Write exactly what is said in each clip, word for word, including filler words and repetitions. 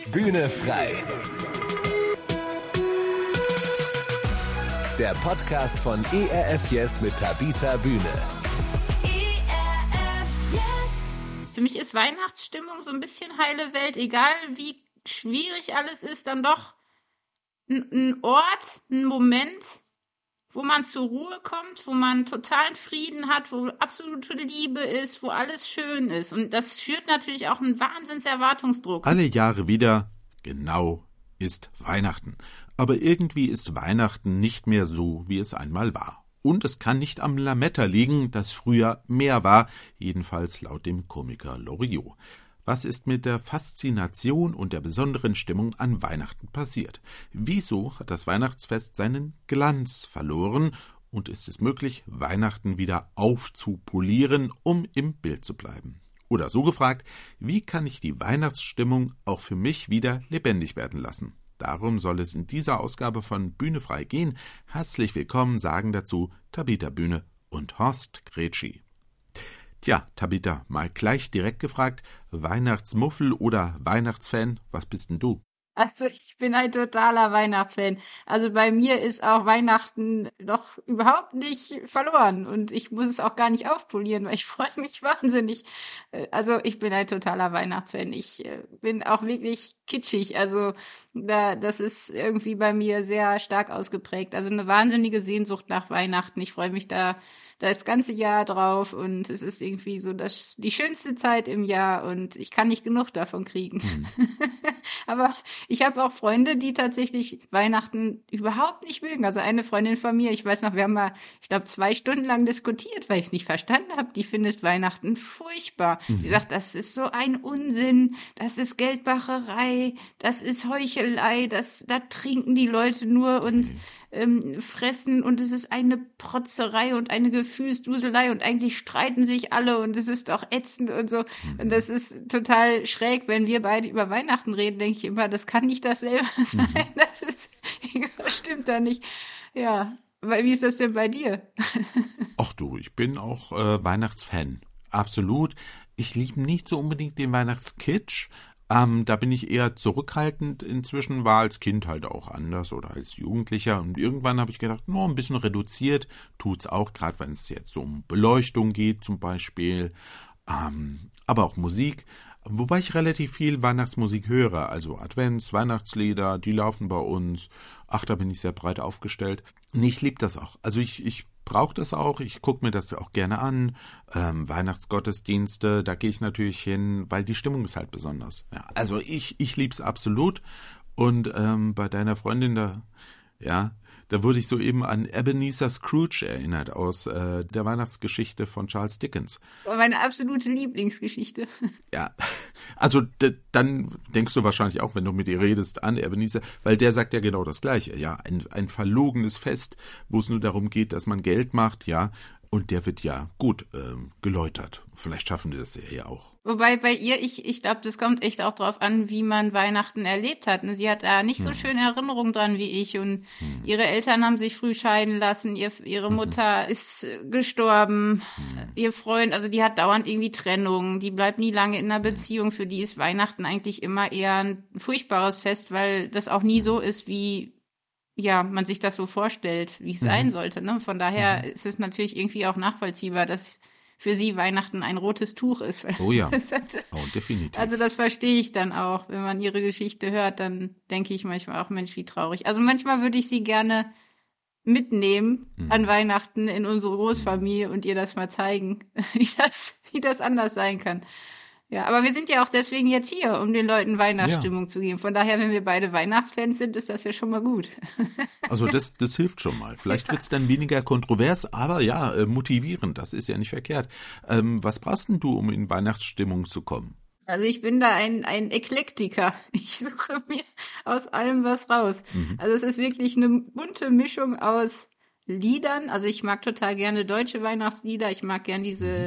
Bühne frei. Der Podcast von E R F Yes mit Tabita Bühne. E R F Yes. Für mich ist Weihnachtsstimmung so ein bisschen heile Welt, egal wie schwierig alles ist, dann doch ein, ein Ort, ein Moment, wo man zur Ruhe kommt, wo man totalen Frieden hat, wo absolute Liebe ist, wo alles schön ist. Und das schürt natürlich auch einen Wahnsinnserwartungsdruck. Alle Jahre wieder, genau, ist Weihnachten. Aber irgendwie ist Weihnachten nicht mehr so, wie es einmal war. Und es kann nicht am Lametta liegen, das früher mehr war, jedenfalls laut dem Komiker Loriot. Was ist mit der Faszination und der besonderen Stimmung an Weihnachten passiert? Wieso hat das Weihnachtsfest seinen Glanz verloren? Und ist es möglich, Weihnachten wieder aufzupolieren, um im Bild zu bleiben? Oder so gefragt, wie kann ich die Weihnachtsstimmung auch für mich wieder lebendig werden lassen? Darum soll es in dieser Ausgabe von Bühne frei gehen. Herzlich willkommen sagen dazu Tabita Bühne und Horst Gretschi. Tja, Tabita, mal gleich direkt gefragt, Weihnachtsmuffel oder Weihnachtsfan, was bist denn du? Also ich bin ein totaler Weihnachtsfan. Also bei mir ist auch Weihnachten noch überhaupt nicht verloren und ich muss es auch gar nicht aufpolieren, weil ich freue mich wahnsinnig. Also ich bin ein totaler Weihnachtsfan. Ich bin auch wirklich kitschig. Also da, das ist irgendwie bei mir sehr stark ausgeprägt. Also eine wahnsinnige Sehnsucht nach Weihnachten. Ich freue mich da das ganze Jahr drauf und es ist irgendwie so das, die schönste Zeit im Jahr und ich kann nicht genug davon kriegen. Mhm. Aber ich habe auch Freunde, die tatsächlich Weihnachten überhaupt nicht mögen. Also eine Freundin von mir, ich weiß noch, wir haben mal, ich glaube, zwei Stunden lang diskutiert, weil ich es nicht verstanden habe. Die findet Weihnachten furchtbar. Mhm. Die sagt, das ist so ein Unsinn, das ist Geldmacherei, das ist Heuchelei, das, da trinken die Leute nur und mhm. ähm, fressen und es ist eine Protzerei und eine Gefühlsduselei und eigentlich streiten sich alle und es ist doch ätzend und so. Mhm. Und das ist total schräg, wenn wir beide über Weihnachten reden, denke ich immer, das kann nicht dasselbe sein. Mhm. Das ist, das stimmt da nicht. Ja, weil wie ist das denn bei dir? Ach du, ich bin auch äh, Weihnachtsfan. Absolut. Ich liebe nicht so unbedingt den Weihnachtskitsch. Ähm, da bin ich eher zurückhaltend inzwischen, war als Kind halt auch anders oder als Jugendlicher. Und irgendwann habe ich gedacht, no, ein bisschen reduziert tut's auch, gerade wenn es jetzt so um Beleuchtung geht zum Beispiel, ähm, aber auch Musik. Wobei ich relativ viel Weihnachtsmusik höre, also Advents, Weihnachtslieder, die laufen bei uns. Ach, da bin ich sehr breit aufgestellt. Nee, ich liebe das auch. Also ich, ich brauche das auch, ich gucke mir das auch gerne an. Ähm, Weihnachtsgottesdienste, da gehe ich natürlich hin, weil die Stimmung ist halt besonders. Ja, also ich, ich liebe es absolut. Und ähm, bei deiner Freundin da, ja, da wurde ich soeben an Ebenezer Scrooge erinnert aus äh, der Weihnachtsgeschichte von Charles Dickens. Das war meine absolute Lieblingsgeschichte. Ja, also d- dann denkst du wahrscheinlich auch, wenn du mit ihr redest, an Ebenezer, weil der sagt ja genau das Gleiche. Ja, ein, ein verlogenes Fest, wo es nur darum geht, dass man Geld macht, ja. Und der wird ja gut ähm, geläutert. Vielleicht schaffen die das ja auch. Wobei bei ihr, ich ich glaube, das kommt echt auch drauf an, wie man Weihnachten erlebt hat. Und sie hat da nicht so hm. schöne Erinnerungen dran wie ich. Und hm. ihre Eltern haben sich früh scheiden lassen. Ihr, ihre Mutter hm. ist gestorben. Hm. Ihr Freund, also die hat dauernd irgendwie Trennung. Die bleibt nie lange in einer Beziehung. Für die ist Weihnachten eigentlich immer eher ein furchtbares Fest, weil das auch nie so ist, wie ja, man sich das so vorstellt, wie es mhm. sein sollte. Ne? Von daher mhm. ist es natürlich irgendwie auch nachvollziehbar, dass für sie Weihnachten ein rotes Tuch ist. Oh ja, oh, definitiv. Also das verstehe ich dann auch. Wenn man ihre Geschichte hört, dann denke ich manchmal auch, Mensch, wie traurig. Also manchmal würde ich sie gerne mitnehmen mhm. an Weihnachten in unsere Großfamilie mhm. und ihr das mal zeigen, wie das, wie das anders sein kann. Ja, aber wir sind ja auch deswegen jetzt hier, um den Leuten Weihnachtsstimmung ja. zu geben. Von daher, wenn wir beide Weihnachtsfans sind, ist das ja schon mal gut. Also das, das hilft schon mal. Vielleicht ja. wird's dann weniger kontrovers, aber ja, äh, motivierend. Das ist ja nicht verkehrt. Ähm, was brauchst denn du, um in Weihnachtsstimmung zu kommen? Also ich bin da ein, ein Eklektiker. Ich suche mir aus allem was raus. Mhm. Also es ist wirklich eine bunte Mischung aus Liedern. Also ich mag total gerne deutsche Weihnachtslieder. Ich mag gern diese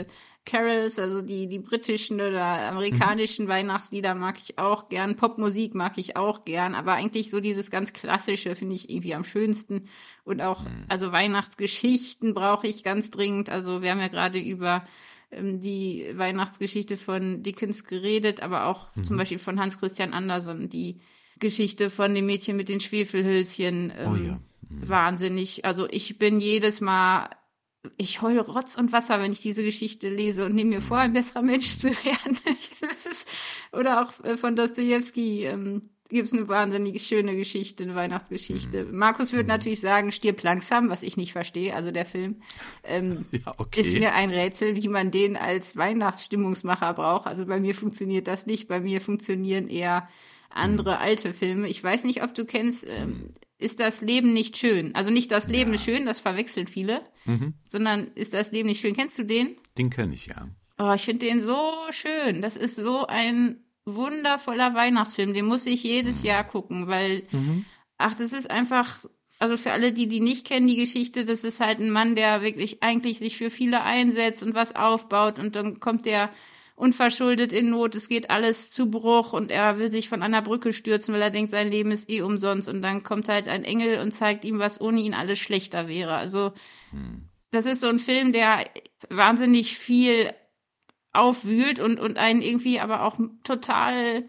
Carols, also die, die britischen oder amerikanischen mhm. Weihnachtslieder mag ich auch gern. Popmusik mag ich auch gern. Aber eigentlich so dieses ganz Klassische finde ich irgendwie am schönsten. Und auch, mhm. also Weihnachtsgeschichten brauche ich ganz dringend. Also wir haben ja gerade über ähm, die Weihnachtsgeschichte von Dickens geredet, aber auch mhm. zum Beispiel von Hans Christian Andersen, die Geschichte von dem Mädchen mit den Schwefelhölzchen. Ähm, oh ja. Mhm. Wahnsinnig. Also ich bin jedes Mal, ich heule Rotz und Wasser, wenn ich diese Geschichte lese und nehme mir vor, ein besserer Mensch zu werden. Das ist, oder auch von Dostojewski ähm, gibt es eine wahnsinnig schöne Geschichte, eine Weihnachtsgeschichte. Mhm. Markus würde mhm. natürlich sagen, stirb langsam, was ich nicht verstehe, also der Film. Ähm, ja, okay. Ist mir ein Rätsel, wie man den als Weihnachtsstimmungsmacher braucht. Also bei mir funktioniert das nicht, bei mir funktionieren eher andere mhm. alte Filme. Ich weiß nicht, ob du kennst, ähm, ist das Leben nicht schön? Also nicht das Leben ja. ist schön, das verwechseln viele, mhm. sondern ist das Leben nicht schön? Kennst du den? Den kenne ich, ja. Oh, ich finde den so schön. Das ist so ein wundervoller Weihnachtsfilm. Den muss ich jedes mhm. Jahr gucken, weil, mhm. ach, das ist einfach, also für alle, die die nicht kennen, die Geschichte, das ist halt ein Mann, der wirklich eigentlich sich für viele einsetzt und was aufbaut und dann kommt der unverschuldet in Not, es geht alles zu Bruch und er will sich von einer Brücke stürzen, weil er denkt, sein Leben ist eh umsonst und dann kommt halt ein Engel und zeigt ihm, was ohne ihn alles schlechter wäre. Also hm. das ist so ein Film, der wahnsinnig viel aufwühlt und, und einen irgendwie aber auch total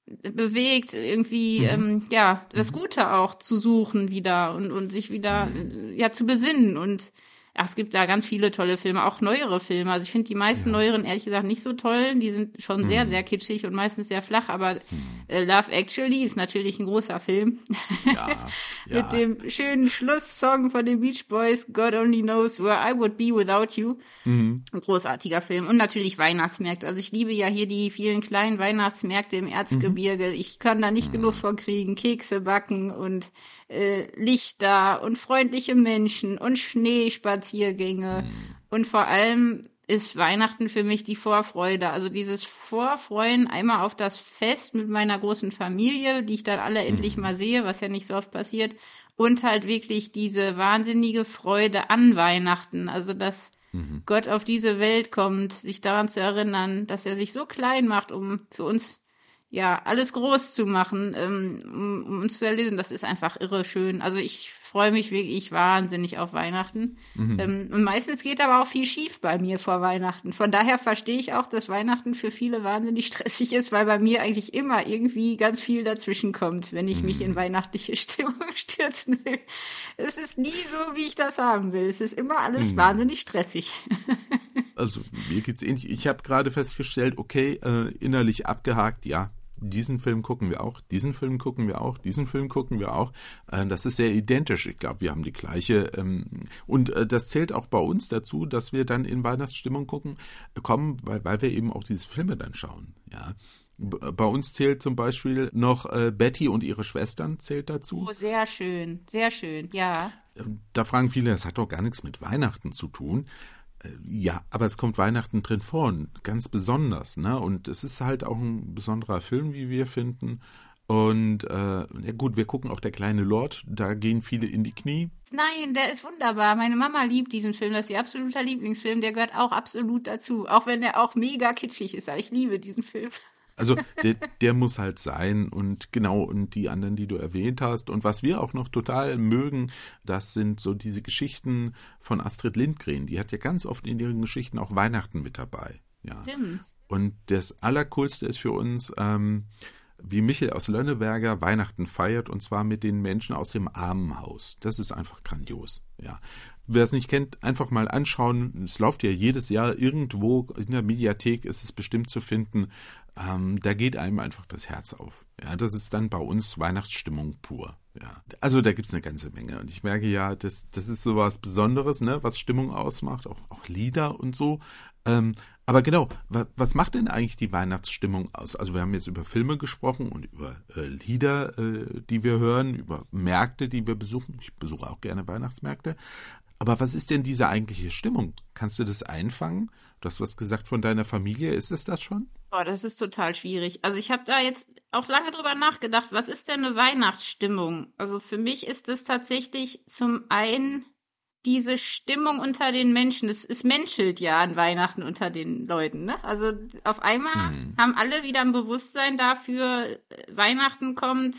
bewegt, irgendwie mhm. ähm, ja das Gute auch zu suchen wieder und, und sich wieder mhm. ja zu besinnen und ach, es gibt da ganz viele tolle Filme, auch neuere Filme. Also ich finde die meisten ja. neueren ehrlich gesagt nicht so toll. Die sind schon hm. sehr, sehr kitschig und meistens sehr flach. Aber hm. äh, Love Actually ist natürlich ein großer Film. Ja, ja. Mit dem schönen Schlusssong von den Beach Boys, God Only Knows Where I Would Be Without You. Mhm. Ein großartiger Film. Und natürlich Weihnachtsmärkte. Also ich liebe ja hier die vielen kleinen Weihnachtsmärkte im Erzgebirge. Mhm. Ich kann da nicht mhm. genug von kriegen. Kekse backen und äh, Lichter und freundliche Menschen und Schneespaziergänge. Mhm. Und vor allem ist Weihnachten für mich die Vorfreude. Also dieses Vorfreuen einmal auf das Fest mit meiner großen Familie, die ich dann alle mhm. endlich mal sehe, was ja nicht so oft passiert. Und halt wirklich diese wahnsinnige Freude an Weihnachten. Also dass mhm. Gott auf diese Welt kommt, sich daran zu erinnern, dass er sich so klein macht, um für uns ja, alles groß zu machen, ähm, um, um uns zu erlesen, das ist einfach irre schön. Also ich freue mich wirklich wahnsinnig auf Weihnachten. Mhm. Ähm, und meistens geht aber auch viel schief bei mir vor Weihnachten. Von daher verstehe ich auch, dass Weihnachten für viele wahnsinnig stressig ist, weil bei mir eigentlich immer irgendwie ganz viel dazwischen kommt, wenn ich mhm. mich in weihnachtliche Stimmung stürzen will. Es ist nie so, wie ich das haben will. Es ist immer alles mhm. wahnsinnig stressig. Also mir geht's ähnlich. Ich habe gerade festgestellt, okay, äh, innerlich abgehakt, ja. Diesen Film gucken wir auch, diesen Film gucken wir auch, diesen Film gucken wir auch. Äh, das ist sehr identisch. Ich glaube, wir haben die gleiche. Ähm, und äh, das zählt auch bei uns dazu, dass wir dann in Weihnachtsstimmung gucken, kommen, weil, weil wir eben auch diese Filme dann schauen. Ja. B- bei uns zählt zum Beispiel noch äh, Betty und ihre Schwestern zählt dazu. Oh, sehr schön, sehr schön, ja. Da fragen viele, das hat doch gar nichts mit Weihnachten zu tun. Ja, aber es kommt Weihnachten drin vor und ganz besonders, ne? Und es ist halt auch ein besonderer Film, wie wir finden. Und äh, ja gut, wir gucken auch Der kleine Lord, da gehen viele in die Knie. Nein, der ist wunderbar. Meine Mama liebt diesen Film, das ist ihr absoluter Lieblingsfilm. Der gehört auch absolut dazu, auch wenn er auch mega kitschig ist. Aber ich liebe diesen Film. Also der, der muss halt sein und genau, und die anderen, die du erwähnt hast. Und was wir auch noch total mögen, das sind so diese Geschichten von Astrid Lindgren. Die hat ja ganz oft in ihren Geschichten auch Weihnachten mit dabei. Ja. Stimmt. Und das Allercoolste ist für uns, ähm, wie Michel aus Lönneberger Weihnachten feiert, und zwar mit den Menschen aus dem Armenhaus. Das ist einfach grandios, ja. Wer es nicht kennt, einfach mal anschauen. Es läuft ja jedes Jahr irgendwo in der Mediathek, ist es bestimmt zu finden. Ähm, da geht einem einfach das Herz auf. Ja, das ist dann bei uns Weihnachtsstimmung pur. Ja, also da gibt's eine ganze Menge. Und ich merke ja, das, das ist so was Besonderes, ne, was Stimmung ausmacht, auch, auch Lieder und so. Ähm, aber genau, wa, was macht denn eigentlich die Weihnachtsstimmung aus? Also wir haben jetzt über Filme gesprochen und über äh, Lieder, äh, die wir hören, über Märkte, die wir besuchen. Ich besuche auch gerne Weihnachtsmärkte. Aber was ist denn diese eigentliche Stimmung? Kannst du das einfangen? Du hast was gesagt von deiner Familie. Ist es das schon? Oh, das ist total schwierig. Also ich habe da jetzt auch lange drüber nachgedacht, was ist denn eine Weihnachtsstimmung? Also für mich ist es tatsächlich zum einen diese Stimmung unter den Menschen, es, es menschelt ja an Weihnachten unter den Leuten, ne? Also auf einmal Hm. haben alle wieder ein Bewusstsein dafür, äh, Weihnachten kommt,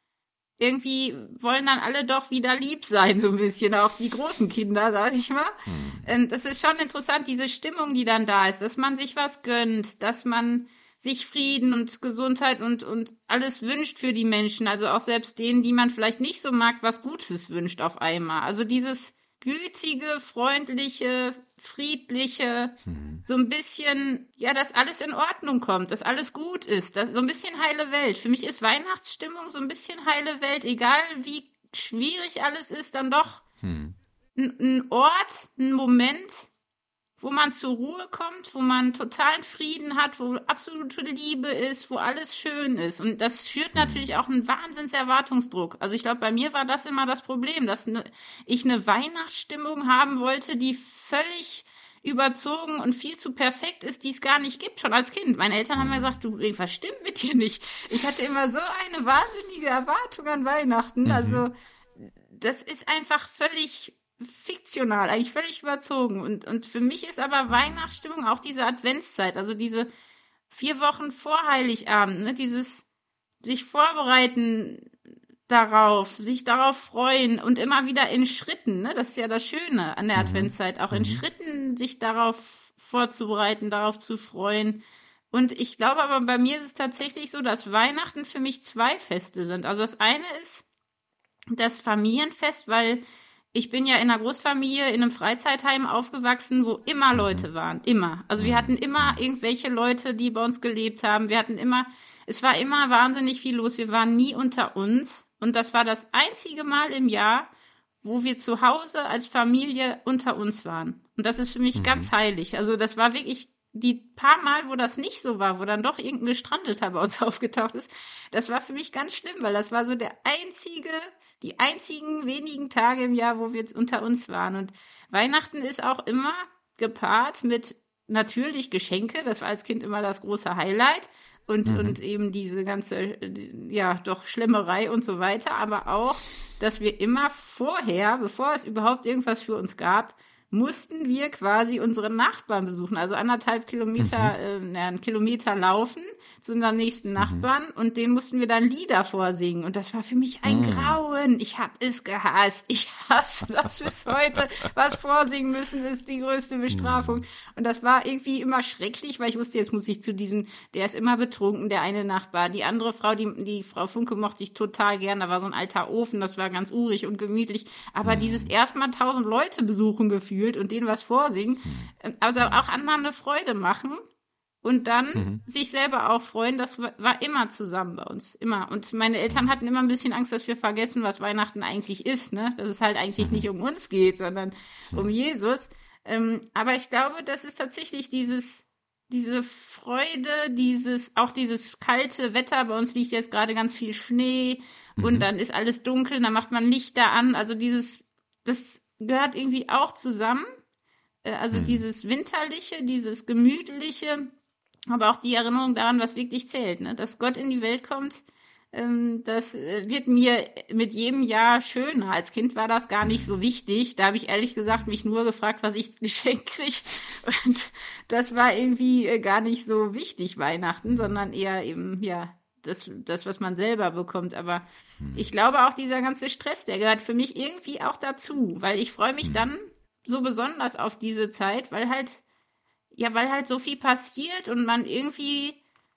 irgendwie wollen dann alle doch wieder lieb sein, so ein bisschen, auch die großen Kinder, sag ich mal. Ähm, Das ist schon interessant, diese Stimmung, die dann da ist, dass man sich was gönnt, dass man sich Frieden und Gesundheit und, und alles wünscht für die Menschen, also auch selbst denen, die man vielleicht nicht so mag, was Gutes wünscht auf einmal. Also dieses gütige, freundliche, friedliche, so ein bisschen, ja, dass alles in Ordnung kommt, dass alles gut ist, dass, so ein bisschen heile Welt. Für mich ist Weihnachtsstimmung so ein bisschen heile Welt, egal wie schwierig alles ist, dann doch Hm. ein, ein Ort, ein Moment, wo man zur Ruhe kommt, wo man totalen Frieden hat, wo absolute Liebe ist, wo alles schön ist. Und das führt natürlich auch einen Wahnsinnserwartungsdruck. Also ich glaube, bei mir war das immer das Problem, dass ne, ich eine Weihnachtsstimmung haben wollte, die völlig überzogen und viel zu perfekt ist, die es gar nicht gibt, schon als Kind. Meine Eltern haben mir gesagt, du, was stimmt mit dir nicht? Ich hatte immer so eine wahnsinnige Erwartung an Weihnachten. Also das ist einfach völlig fiktional, eigentlich völlig überzogen. Und, und für mich ist aber Weihnachtsstimmung auch diese Adventszeit, also diese vier Wochen vor Heiligabend, ne, dieses sich vorbereiten darauf, sich darauf freuen und immer wieder in Schritten, ne, das ist ja das Schöne an der Adventszeit, auch in Schritten sich darauf vorzubereiten, darauf zu freuen. Und ich glaube aber, bei mir ist es tatsächlich so, dass Weihnachten für mich zwei Feste sind. Also das eine ist das Familienfest, weil ich bin ja in einer Großfamilie, in einem Freizeitheim aufgewachsen, wo immer Leute waren. Immer. Also wir hatten immer irgendwelche Leute, die bei uns gelebt haben. Wir hatten immer, es war immer wahnsinnig viel los. Wir waren nie unter uns. Und das war das einzige Mal im Jahr, wo wir zu Hause als Familie unter uns waren. Und das ist für mich ganz heilig. Also das war wirklich die paar Mal, wo das nicht so war, wo dann doch irgendein Gestrandeter bei uns aufgetaucht ist, das war für mich ganz schlimm, weil das war so der einzige, die einzigen wenigen Tage im Jahr, wo wir jetzt unter uns waren. Und Weihnachten ist auch immer gepaart mit natürlich Geschenke, das war als Kind immer das große Highlight und, mhm. und eben diese ganze, ja, doch Schlemmerei und so weiter, aber auch, dass wir immer vorher, bevor es überhaupt irgendwas für uns gab, mussten wir quasi unsere Nachbarn besuchen, also anderthalb Kilometer, mhm. äh, einen Kilometer laufen zu unseren nächsten Nachbarn mhm. und denen mussten wir dann Lieder vorsingen und das war für mich ein mhm. Grauen. Ich habe es gehasst. Ich hasse das bis heute. Was vorsingen müssen, ist die größte Bestrafung. Mhm. Und das war irgendwie immer schrecklich, weil ich wusste, jetzt muss ich zu diesem, der ist immer betrunken, der eine Nachbar. Die andere Frau, die, die Frau Funke mochte ich total gern, da war so ein alter Ofen, das war ganz urig und gemütlich, aber mhm. dieses erstmal tausend Leute besuchen gefühlt und denen was vorsingen, also auch anderen eine Freude machen und dann mhm. sich selber auch freuen, das war immer zusammen bei uns, immer. Und meine Eltern hatten immer ein bisschen Angst, dass wir vergessen, was Weihnachten eigentlich ist, ne? Dass es halt eigentlich mhm. nicht um uns geht, sondern mhm. um Jesus. Ähm, aber ich glaube, das ist tatsächlich dieses, diese Freude, dieses, auch dieses kalte Wetter, bei uns liegt jetzt gerade ganz viel Schnee mhm. und dann ist alles dunkel, dann macht man Lichter an, also dieses, das gehört irgendwie auch zusammen. Also hm. dieses Winterliche, dieses Gemütliche, aber auch die Erinnerung daran, was wirklich zählt, ne? Dass Gott in die Welt kommt, ähm, das wird mir mit jedem Jahr schöner. Als Kind war das gar nicht so wichtig. Da habe ich ehrlich gesagt mich nur gefragt, was ich geschenkt kriege. Und das war irgendwie gar nicht so wichtig, Weihnachten, sondern eher eben, ja, Das, das, was man selber bekommt. Aber hm. ich glaube auch, dieser ganze Stress, der gehört für mich irgendwie auch dazu, weil ich freue mich hm. dann so besonders auf diese Zeit, weil halt, ja, weil halt so viel passiert und man irgendwie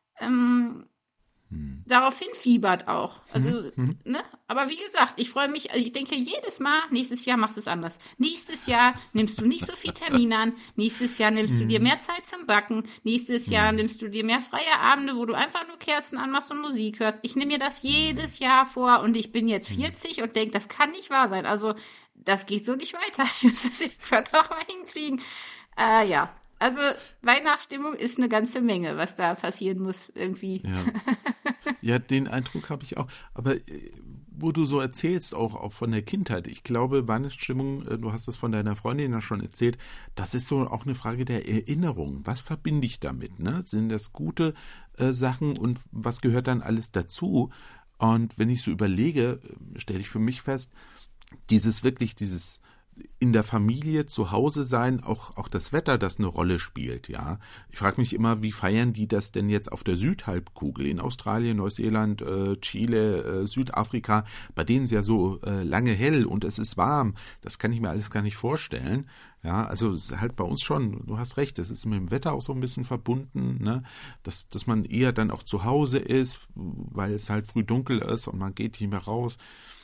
ähm, hm. darauf hinfiebert auch. Also, hm. ne? Aber wie gesagt, ich freue mich, also ich denke jedes Mal, nächstes Jahr machst du es anders. Nächstes Jahr nimmst du nicht so viel Termine an. Nächstes Jahr nimmst hm. du dir mehr Zeit zum Backen. Nächstes Jahr hm. nimmst du dir mehr freie Abende, wo du einfach nur Kerzen anmachst und Musik hörst. Ich nehme mir das jedes Jahr vor und ich bin jetzt vierzig und denke, das kann nicht wahr sein. Also, das geht so nicht weiter. Ich muss das irgendwann noch mal hinkriegen. Äh, ja. Also Weihnachtsstimmung ist eine ganze Menge, was da passieren muss irgendwie. Ja, ja, den Eindruck habe ich auch. Aber äh, wo du so erzählst, auch, auch von der Kindheit, ich glaube, Weihnachtsstimmung, äh, du hast das von deiner Freundin ja schon erzählt, das ist so auch eine Frage der Erinnerung. Was verbinde ich damit? Ne? Sind das gute äh, Sachen und was gehört dann alles dazu? Und wenn ich so überlege, stelle ich für mich fest, dieses wirklich, dieses in der Familie zu Hause sein, auch, auch das Wetter, das eine Rolle spielt, ja. Ich frage mich immer, wie feiern die das denn jetzt auf der Südhalbkugel, in Australien, Neuseeland, äh, Chile, äh, Südafrika, bei denen ist ja so äh, lange hell und es ist warm, das kann ich mir alles gar nicht vorstellen, ja, also es ist halt bei uns schon, du hast recht, das ist mit dem Wetter auch so ein bisschen verbunden, ne, dass, dass man eher dann auch zu Hause ist, weil es halt früh dunkel ist und man geht nicht mehr raus.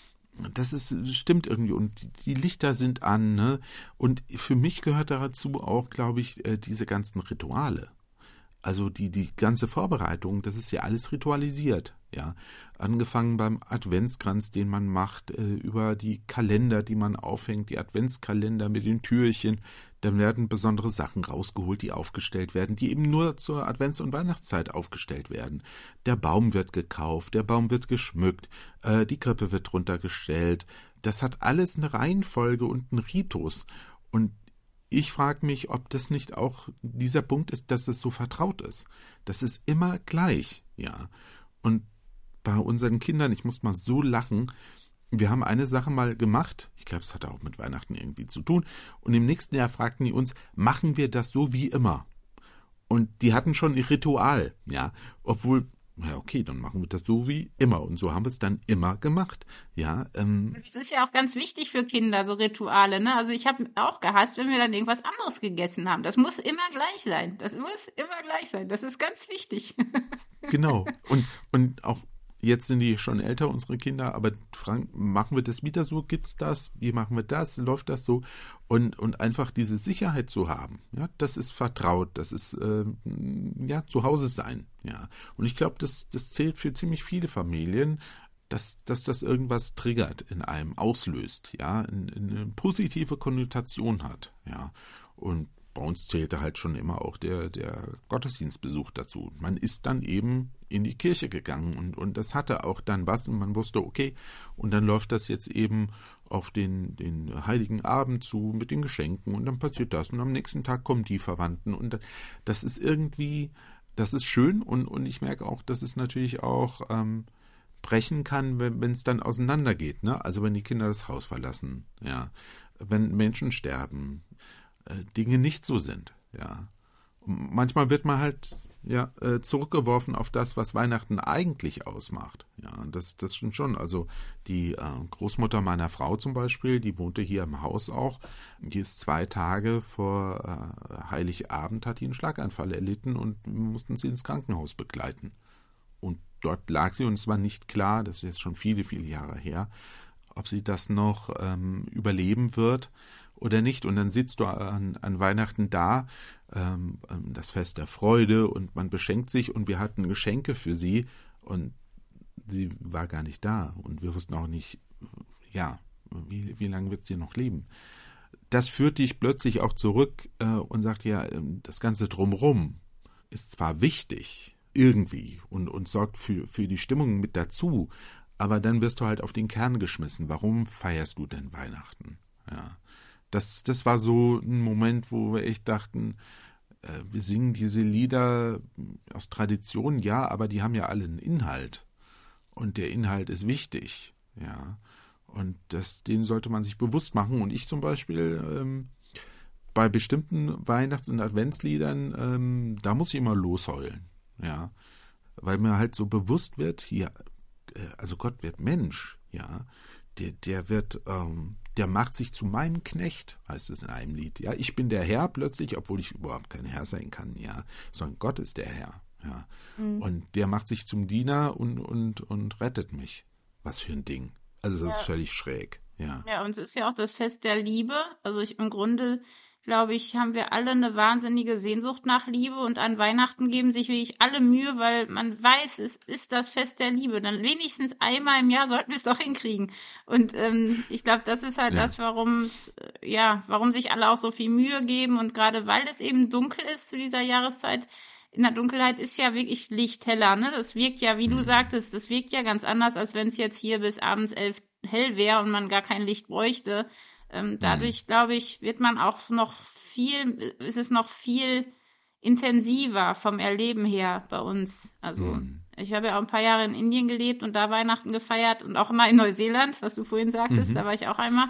Das ist, stimmt irgendwie und die Lichter sind an, ne? Und für mich gehört dazu auch, glaube ich, diese ganzen Rituale. Also die, die ganze Vorbereitung, das ist ja alles ritualisiert, ja. Angefangen beim Adventskranz, den man macht, über die Kalender, die man aufhängt, die Adventskalender mit den Türchen. Dann werden besondere Sachen rausgeholt, die aufgestellt werden, die eben nur zur Advents- und Weihnachtszeit aufgestellt werden. Der Baum wird gekauft, der Baum wird geschmückt, äh, die Krippe wird drunter gestellt. Das hat alles eine Reihenfolge und einen Ritus. Und ich frage mich, ob das nicht auch dieser Punkt ist, dass es so vertraut ist. Das ist immer gleich, ja. Und bei unseren Kindern, ich muss mal so lachen, wir haben eine Sache mal gemacht, ich glaube, es hatte auch mit Weihnachten irgendwie zu tun, und im nächsten Jahr fragten die uns, machen wir das so wie immer? Und die hatten schon ihr Ritual, ja, obwohl, ja okay, dann machen wir das so wie immer und so haben wir es dann immer gemacht, ja. Ähm. Das ist ja auch ganz wichtig für Kinder, so Rituale, ne? Also ich habe auch gehasst, wenn wir dann irgendwas anderes gegessen haben. Das muss immer gleich sein, das muss immer gleich sein, das ist ganz wichtig. Genau, und, und auch jetzt sind die schon älter, unsere Kinder, aber Frank, machen wir das wieder so? Gibt's das? Wie machen wir das? Läuft das so? Und, und einfach diese Sicherheit zu haben, ja, das ist vertraut, das ist, äh, ja, zu Hause sein, ja. Und ich glaube, das, das zählt für ziemlich viele Familien, dass, dass das irgendwas triggert in einem, auslöst, ja, in, in eine positive Konnotation hat, ja. Und bei uns zählte halt schon immer auch der, der Gottesdienstbesuch dazu. Man ist dann eben in die Kirche gegangen und, und das hatte auch dann was und man wusste, okay, und dann läuft das jetzt eben auf den, den Heiligen Abend zu mit den Geschenken und dann passiert das und am nächsten Tag kommen die Verwandten und das ist irgendwie, das ist schön und, und ich merke auch, dass es natürlich auch ähm, brechen kann, wenn es dann auseinandergeht, ne? Also wenn die Kinder das Haus verlassen, ja, wenn Menschen sterben, Dinge nicht so sind, ja. Und manchmal wird man halt ja zurückgeworfen auf das, was Weihnachten eigentlich ausmacht. Ja, das, das stimmt schon. Also die äh, Großmutter meiner Frau zum Beispiel, die wohnte hier im Haus auch. Die ist zwei Tage vor äh, Heiligabend, hat die einen Schlaganfall erlitten und wir mussten sie ins Krankenhaus begleiten. Und dort lag sie und es war nicht klar, das ist jetzt schon viele, viele Jahre her, ob sie das noch ähm, überleben wird oder nicht. Und dann sitzt du an, an Weihnachten da, ähm, das Fest der Freude und man beschenkt sich und wir hatten Geschenke für sie und sie war gar nicht da und wir wussten auch nicht, ja, wie, wie lange wird sie noch leben. Das führt dich plötzlich auch zurück äh, und sagt, ja, das Ganze drumherum ist zwar wichtig, irgendwie, und, und sorgt für, für die Stimmung mit dazu, aber dann wirst du halt auf den Kern geschmissen. Warum feierst du denn Weihnachten? Ja. Das, das war so ein Moment, wo wir echt dachten, äh, wir singen diese Lieder aus Tradition, ja, aber die haben ja alle einen Inhalt. Und der Inhalt ist wichtig, ja. Und das, den sollte man sich bewusst machen. Und ich zum Beispiel, ähm, bei bestimmten Weihnachts- und Adventsliedern, ähm, da muss ich immer losheulen, ja. Weil mir halt so bewusst wird, hier, äh, also Gott wird Mensch, ja. Der, der wird, ähm, der macht sich zu meinem Knecht, heißt es in einem Lied. Ja, ich bin der Herr plötzlich, obwohl ich überhaupt kein Herr sein kann, ja, sondern Gott ist der Herr, ja. Mhm. Und der macht sich zum Diener und, und, und rettet mich. Was für ein Ding. Also das ja. ist völlig schräg, ja. Ja, und es ist ja auch das Fest der Liebe. Also ich, im Grunde, glaube ich, haben wir alle eine wahnsinnige Sehnsucht nach Liebe und an Weihnachten geben sich wirklich alle Mühe, weil man weiß, es ist das Fest der Liebe. Dann wenigstens einmal im Jahr sollten wir es doch hinkriegen. Und ähm, ich glaube, das ist halt ja. das, warum es, ja, warum sich alle auch so viel Mühe geben. Und gerade weil es eben dunkel ist zu dieser Jahreszeit, in der Dunkelheit ist ja wirklich Licht heller, ne? Das wirkt ja, wie du sagtest, das wirkt ja ganz anders, als wenn es jetzt hier bis abends elf hell wäre und man gar kein Licht bräuchte. Ähm, dadurch, glaube ich, wird man auch noch viel, ist es noch viel intensiver vom Erleben her bei uns. Also mhm. ich habe ja auch ein paar Jahre in Indien gelebt und da Weihnachten gefeiert und auch immer in Neuseeland, was du vorhin sagtest, mhm. da war ich auch einmal.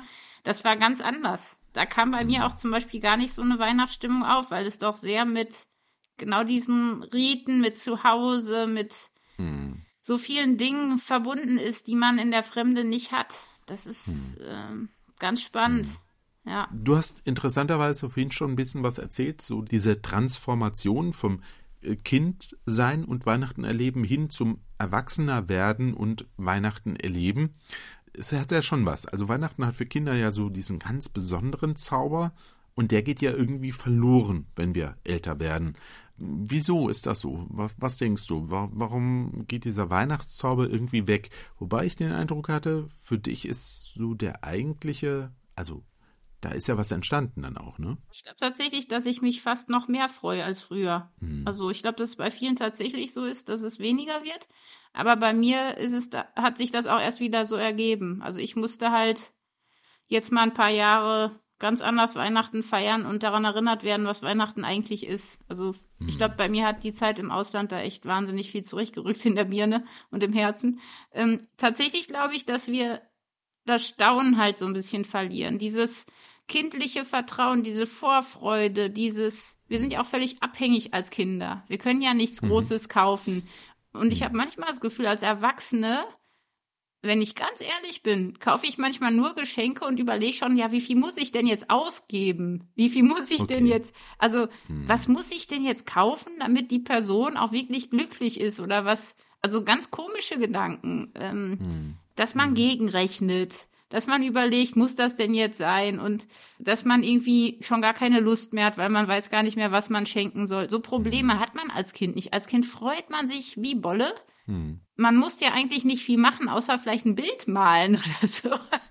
das war ganz anders. Da kam bei mir auch zum Beispiel gar nicht so eine Weihnachtsstimmung auf, weil es doch sehr mit genau diesen Riten, mit Zuhause, mit Hm. so vielen Dingen verbunden ist, die man in der Fremde nicht hat. Das ist ähm, ganz spannend. Ja. Du hast interessanterweise vorhin schon ein bisschen was erzählt, so diese Transformation vom äh, Kindsein und Weihnachten erleben hin zum Erwachsener werden und Weihnachten erleben. Es hat ja schon was. Also Weihnachten hat für Kinder ja so diesen ganz besonderen Zauber und der geht ja irgendwie verloren, wenn wir älter werden. Wieso ist das so? Was, was denkst du? Wa- Warum geht dieser Weihnachtszauber irgendwie weg? Wobei ich den Eindruck hatte, für dich ist so der eigentliche, also da ist ja was entstanden dann auch, ne? Ich glaube tatsächlich, dass ich mich fast noch mehr freue als früher. Hm. Also ich glaube, dass es bei vielen tatsächlich so ist, dass es weniger wird. Aber bei mir ist es da, hat sich das auch erst wieder so ergeben. Also ich musste halt jetzt mal ein paar Jahre ganz anders Weihnachten feiern und daran erinnert werden, was Weihnachten eigentlich ist. Also ich glaube, bei mir hat die Zeit im Ausland da echt wahnsinnig viel zurechtgerückt in der Birne und im Herzen. Ähm, tatsächlich glaube ich, dass wir das Staunen halt so ein bisschen verlieren. Dieses kindliche Vertrauen, diese Vorfreude, dieses, wir sind ja auch völlig abhängig als Kinder. Wir können ja nichts Großes kaufen. Und ich habe manchmal das Gefühl, als Erwachsene, wenn ich ganz ehrlich bin, kaufe ich manchmal nur Geschenke und überlege schon, ja, wie viel muss ich denn jetzt ausgeben? Wie viel muss ich Okay. denn jetzt, also was muss ich denn jetzt kaufen, damit die Person auch wirklich glücklich ist oder was, also ganz komische Gedanken, ähm, dass man gegenrechnet, dass man überlegt, muss das denn jetzt sein und dass man irgendwie schon gar keine Lust mehr hat, weil man weiß gar nicht mehr, was man schenken soll. So Probleme hat man als Kind nicht. Als Kind freut man sich wie Bolle. Hm. Man muss ja eigentlich nicht viel machen, außer vielleicht ein Bild malen oder so.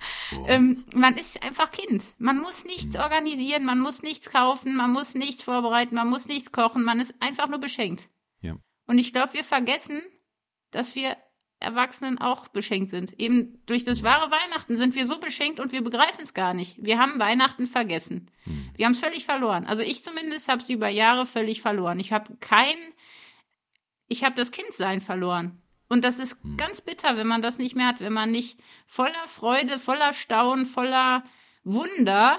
Ähm, man ist einfach Kind. Man muss nichts organisieren, man muss nichts kaufen, man muss nichts vorbereiten, man muss nichts kochen, man ist einfach nur beschenkt. Ja. Und ich glaube, wir vergessen, dass wir Erwachsenen auch beschenkt sind. Eben durch das wahre Weihnachten sind wir so beschenkt und wir begreifen es gar nicht. Wir haben Weihnachten vergessen. Wir haben es völlig verloren. Also ich zumindest habe es über Jahre völlig verloren. Ich habe kein, ich habe das Kindsein verloren. Und das ist ganz bitter, wenn man das nicht mehr hat, wenn man nicht voller Freude, voller Staunen, voller Wunder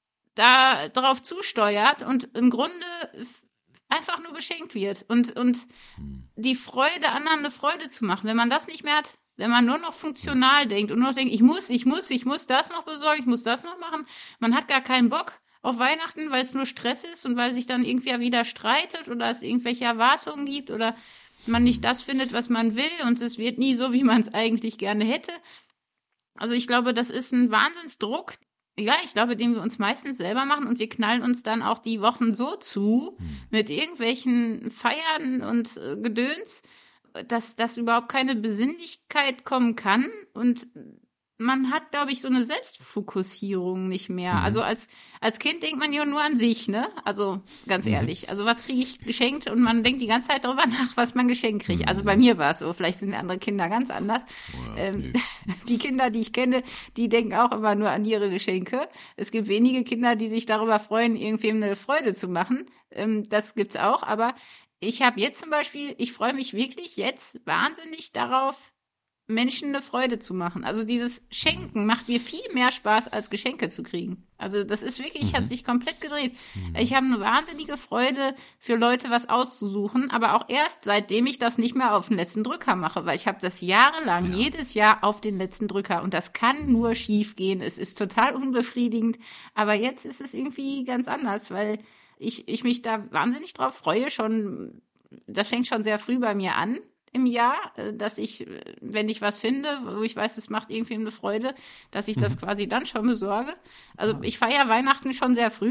da drauf zusteuert und im Grunde einfach nur beschenkt wird und, und die Freude, anderen eine Freude zu machen. Wenn man das nicht mehr hat, wenn man nur noch funktional denkt und nur noch denkt, ich muss, ich muss, ich muss das noch besorgen, ich muss das noch machen, man hat gar keinen Bock auf Weihnachten, weil es nur Stress ist und weil sich dann irgendwie wieder streitet oder es irgendwelche Erwartungen gibt oder man nicht das findet, was man will und es wird nie so, wie man es eigentlich gerne hätte. Also ich glaube, das ist ein Wahnsinnsdruck, ja, ich glaube, den wir uns meistens selber machen und wir knallen uns dann auch die Wochen so zu mit irgendwelchen Feiern und äh, Gedöns, dass das überhaupt keine Besinnlichkeit kommen kann und man hat, glaube ich, so eine Selbstfokussierung nicht mehr. Mhm. Also als als Kind denkt man ja nur an sich, ne? Also ganz ehrlich. Also was kriege ich geschenkt? Und man denkt die ganze Zeit darüber nach, was man geschenkt kriegt. Also bei mir war es so. Vielleicht sind andere Kinder ganz anders. Oh ja, ähm, nee. Die Kinder, die ich kenne, die denken auch immer nur an ihre Geschenke. Es gibt wenige Kinder, die sich darüber freuen, irgendwem eine Freude zu machen. Ähm, das gibt's auch. Aber ich habe jetzt zum Beispiel, ich freue mich wirklich jetzt wahnsinnig darauf, Menschen eine Freude zu machen. Also dieses Schenken macht mir viel mehr Spaß, als Geschenke zu kriegen. Also das ist wirklich, hat sich komplett gedreht. Ich habe eine wahnsinnige Freude, für Leute was auszusuchen, aber auch erst seitdem ich das nicht mehr auf den letzten Drücker mache, weil ich habe das jahrelang, jedes Jahr auf den letzten Drücker und das kann nur schief gehen. Es ist total unbefriedigend, aber jetzt ist es irgendwie ganz anders, weil ich, ich mich da wahnsinnig drauf freue, schon, das fängt schon sehr früh bei mir an im Jahr, äh, dass ich, äh, wenn ich was finde, wo ich weiß, es macht irgendwem eine Freude, dass ich das quasi dann schon besorge. Also ich feiere Weihnachten schon sehr früh.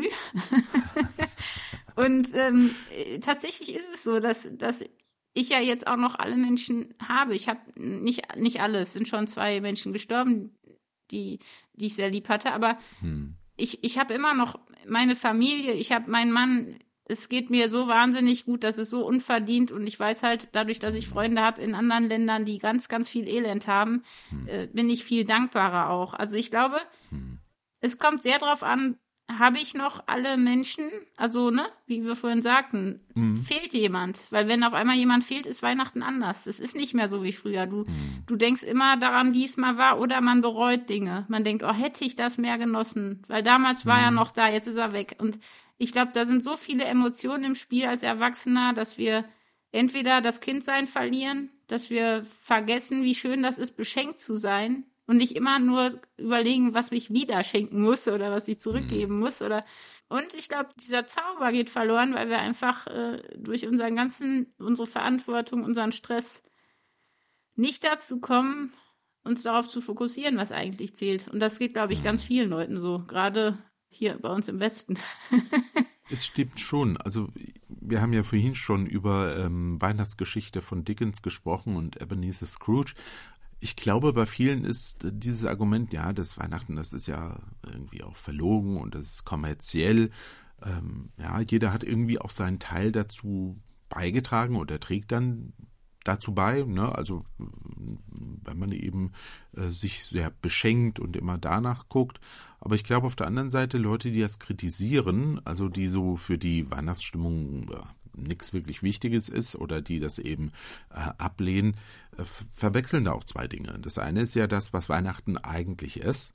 Und ähm, äh, tatsächlich ist es so, dass, dass ich ja jetzt auch noch alle Menschen habe. Ich habe nicht, nicht alle, es sind schon zwei Menschen gestorben, die, die ich sehr lieb hatte, aber ich, ich habe immer noch meine Familie, ich habe meinen Mann. Es geht mir so wahnsinnig gut, das ist so unverdient und ich weiß halt, dadurch, dass ich Freunde habe in anderen Ländern, die ganz, ganz viel Elend haben, äh, bin ich viel dankbarer auch. Also ich glaube, es kommt sehr drauf an, habe ich noch alle Menschen, also, ne, wie wir vorhin sagten, Mhm. fehlt jemand. Weil wenn auf einmal jemand fehlt, ist Weihnachten anders. Es ist nicht mehr so wie früher. Du, Mhm. du denkst immer daran, wie es mal war, oder man bereut Dinge. Man denkt, oh, hätte ich das mehr genossen. Weil damals war er Mhm. noch da, jetzt ist er weg. Und ich glaube, da sind so viele Emotionen im Spiel als Erwachsener, dass wir entweder das Kindsein verlieren, dass wir vergessen, wie schön das ist, beschenkt zu sein und nicht immer nur überlegen, was ich wieder schenken muss oder was ich zurückgeben muss. Oder und ich glaube, dieser Zauber geht verloren, weil wir einfach äh, durch unseren ganzen, unsere Verantwortung, unseren Stress nicht dazu kommen, uns darauf zu fokussieren, was eigentlich zählt. Und das geht, glaube ich, ganz vielen Leuten so, gerade hier bei uns im Westen. Es stimmt schon. Also wir haben ja vorhin schon über ähm, Weihnachtsgeschichte von Dickens gesprochen und Ebenezer Scrooge. Ich glaube, bei vielen ist äh, dieses Argument, ja, das Weihnachten, das ist ja irgendwie auch verlogen und das ist kommerziell. Ähm, ja, jeder hat irgendwie auch seinen Teil dazu beigetragen oder trägt dann dazu bei, ne? Also wenn man eben äh, sich sehr beschenkt und immer danach guckt. Aber ich glaube auf der anderen Seite Leute, die das kritisieren, also die so für die Weihnachtsstimmung ja, nichts wirklich Wichtiges ist oder die das eben äh, ablehnen, äh, verwechseln da auch zwei Dinge. Das eine ist ja das, was Weihnachten eigentlich ist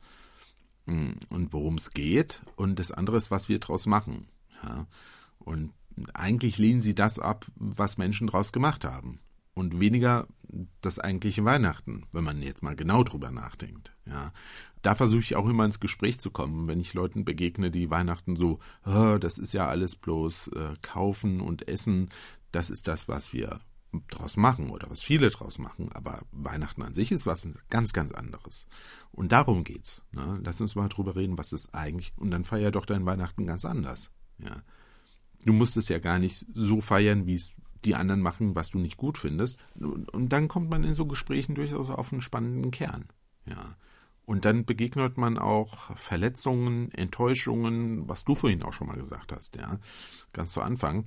mh, und worum es geht, und das andere ist, was wir draus machen. Ja? Und eigentlich lehnen sie das ab, was Menschen draus gemacht haben. Und weniger das eigentliche Weihnachten, wenn man jetzt mal genau drüber nachdenkt. Ja, da versuche ich auch immer ins Gespräch zu kommen, wenn ich Leuten begegne, die Weihnachten so, oh, das ist ja alles bloß äh, kaufen und essen, das ist das, was wir draus machen oder was viele draus machen, aber Weihnachten an sich ist was ganz, ganz anderes. Und darum geht's. Ne? Lass uns mal drüber reden, was ist eigentlich, und dann feier doch dein Weihnachten ganz anders. Ja. Du musst es ja gar nicht so feiern, wie es die anderen machen, was du nicht gut findest. Und dann kommt man in so Gesprächen durchaus auf einen spannenden Kern. Ja. Und dann begegnet man auch Verletzungen, Enttäuschungen, was du vorhin auch schon mal gesagt hast, ja, ganz zu Anfang.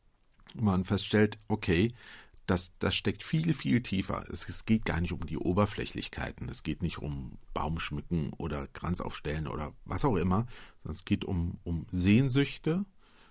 Und man feststellt, okay, das, das steckt viel, viel tiefer. Es, es geht gar nicht um die Oberflächlichkeiten. Es geht nicht um Baumschmücken oder Kranz aufstellen oder was auch immer. Sondern es geht um, um Sehnsüchte,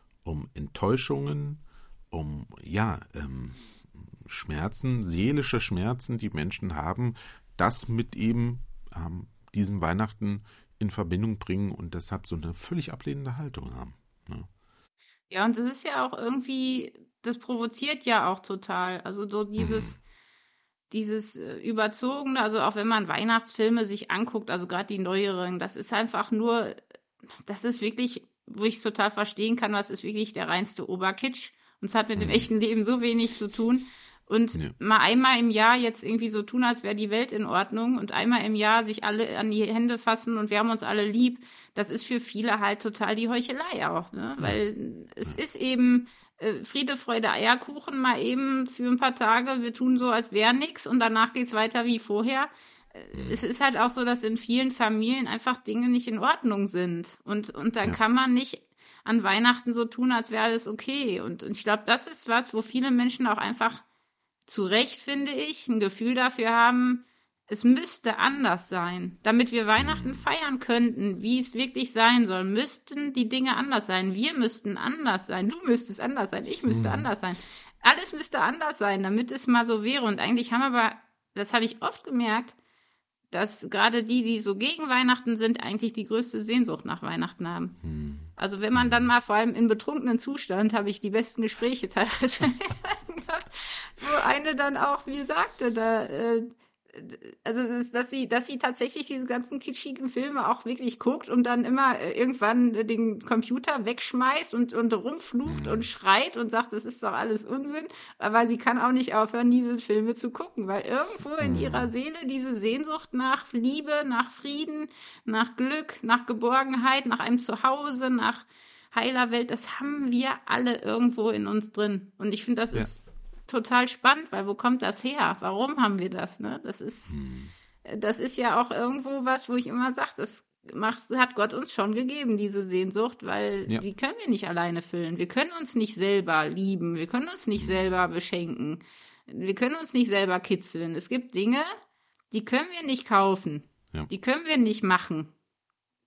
um Enttäuschungen, um ja ähm, Schmerzen, seelische Schmerzen, die Menschen haben, das mit eben ähm, diesem Weihnachten in Verbindung bringen und deshalb so eine völlig ablehnende Haltung haben. Ne? Ja, und das ist ja auch irgendwie, das provoziert ja auch total. Also so dieses, Mhm. dieses äh, Überzogene, also auch wenn man Weihnachtsfilme sich anguckt, also gerade die neueren, das ist einfach nur, das ist wirklich, wo ich es total verstehen kann, was ist wirklich der reinste Oberkitsch. Und es hat mit dem Mhm. echten Leben so wenig zu tun. Und Ja. mal einmal im Jahr jetzt irgendwie so tun, als wäre die Welt in Ordnung und einmal im Jahr sich alle an die Hände fassen und wir haben uns alle lieb, das ist für viele halt total die Heuchelei auch, ne? Weil es ist eben äh, Friede, Freude, Eierkuchen mal eben für ein paar Tage, wir tun so, als wäre nix und danach geht's weiter wie vorher. Äh, Es ist halt auch so, dass in vielen Familien einfach Dinge nicht in Ordnung sind. Und, und dann Ja. kann man nicht an Weihnachten so tun, als wäre alles okay. Und, und ich glaube, das ist was, wo viele Menschen auch einfach zu Recht, finde ich, ein Gefühl dafür haben, es müsste anders sein. Damit wir Weihnachten feiern könnten, wie es wirklich sein soll, müssten die Dinge anders sein. Wir müssten anders sein. Du müsstest anders sein. Ich müsste anders sein. Alles müsste anders sein, damit es mal so wäre. Und eigentlich haben aber, das habe ich oft gemerkt, dass gerade die, die so gegen Weihnachten sind, eigentlich die größte Sehnsucht nach Weihnachten haben. Also wenn man dann mal, vor allem im betrunkenen Zustand, habe ich die besten Gespräche teilweise gehabt, wo eine dann auch mir sagte, da, äh, also das, dass sie, dass sie tatsächlich diese ganzen kitschigen Filme auch wirklich guckt und dann immer äh, irgendwann äh, den Computer wegschmeißt und, und rumflucht und schreit und sagt, das ist doch alles Unsinn, aber sie kann auch nicht aufhören, diese Filme zu gucken, weil irgendwo in ihrer Seele diese Sehnsucht nach Liebe, nach Frieden, nach Glück, nach Geborgenheit, nach einem Zuhause, nach heiler Welt, das haben wir alle irgendwo in uns drin. Und ich finde, das Ja. ist total spannend, weil wo kommt das her? Warum haben wir das? Ne? Das ist, das ist ja auch irgendwo was, wo ich immer sage, das macht, hat Gott uns schon gegeben, diese Sehnsucht, weil Ja. die können wir nicht alleine füllen. Wir können uns nicht selber lieben, wir können uns nicht selber beschenken, wir können uns nicht selber kitzeln. Es gibt Dinge, die können wir nicht kaufen, Ja. die können wir nicht machen.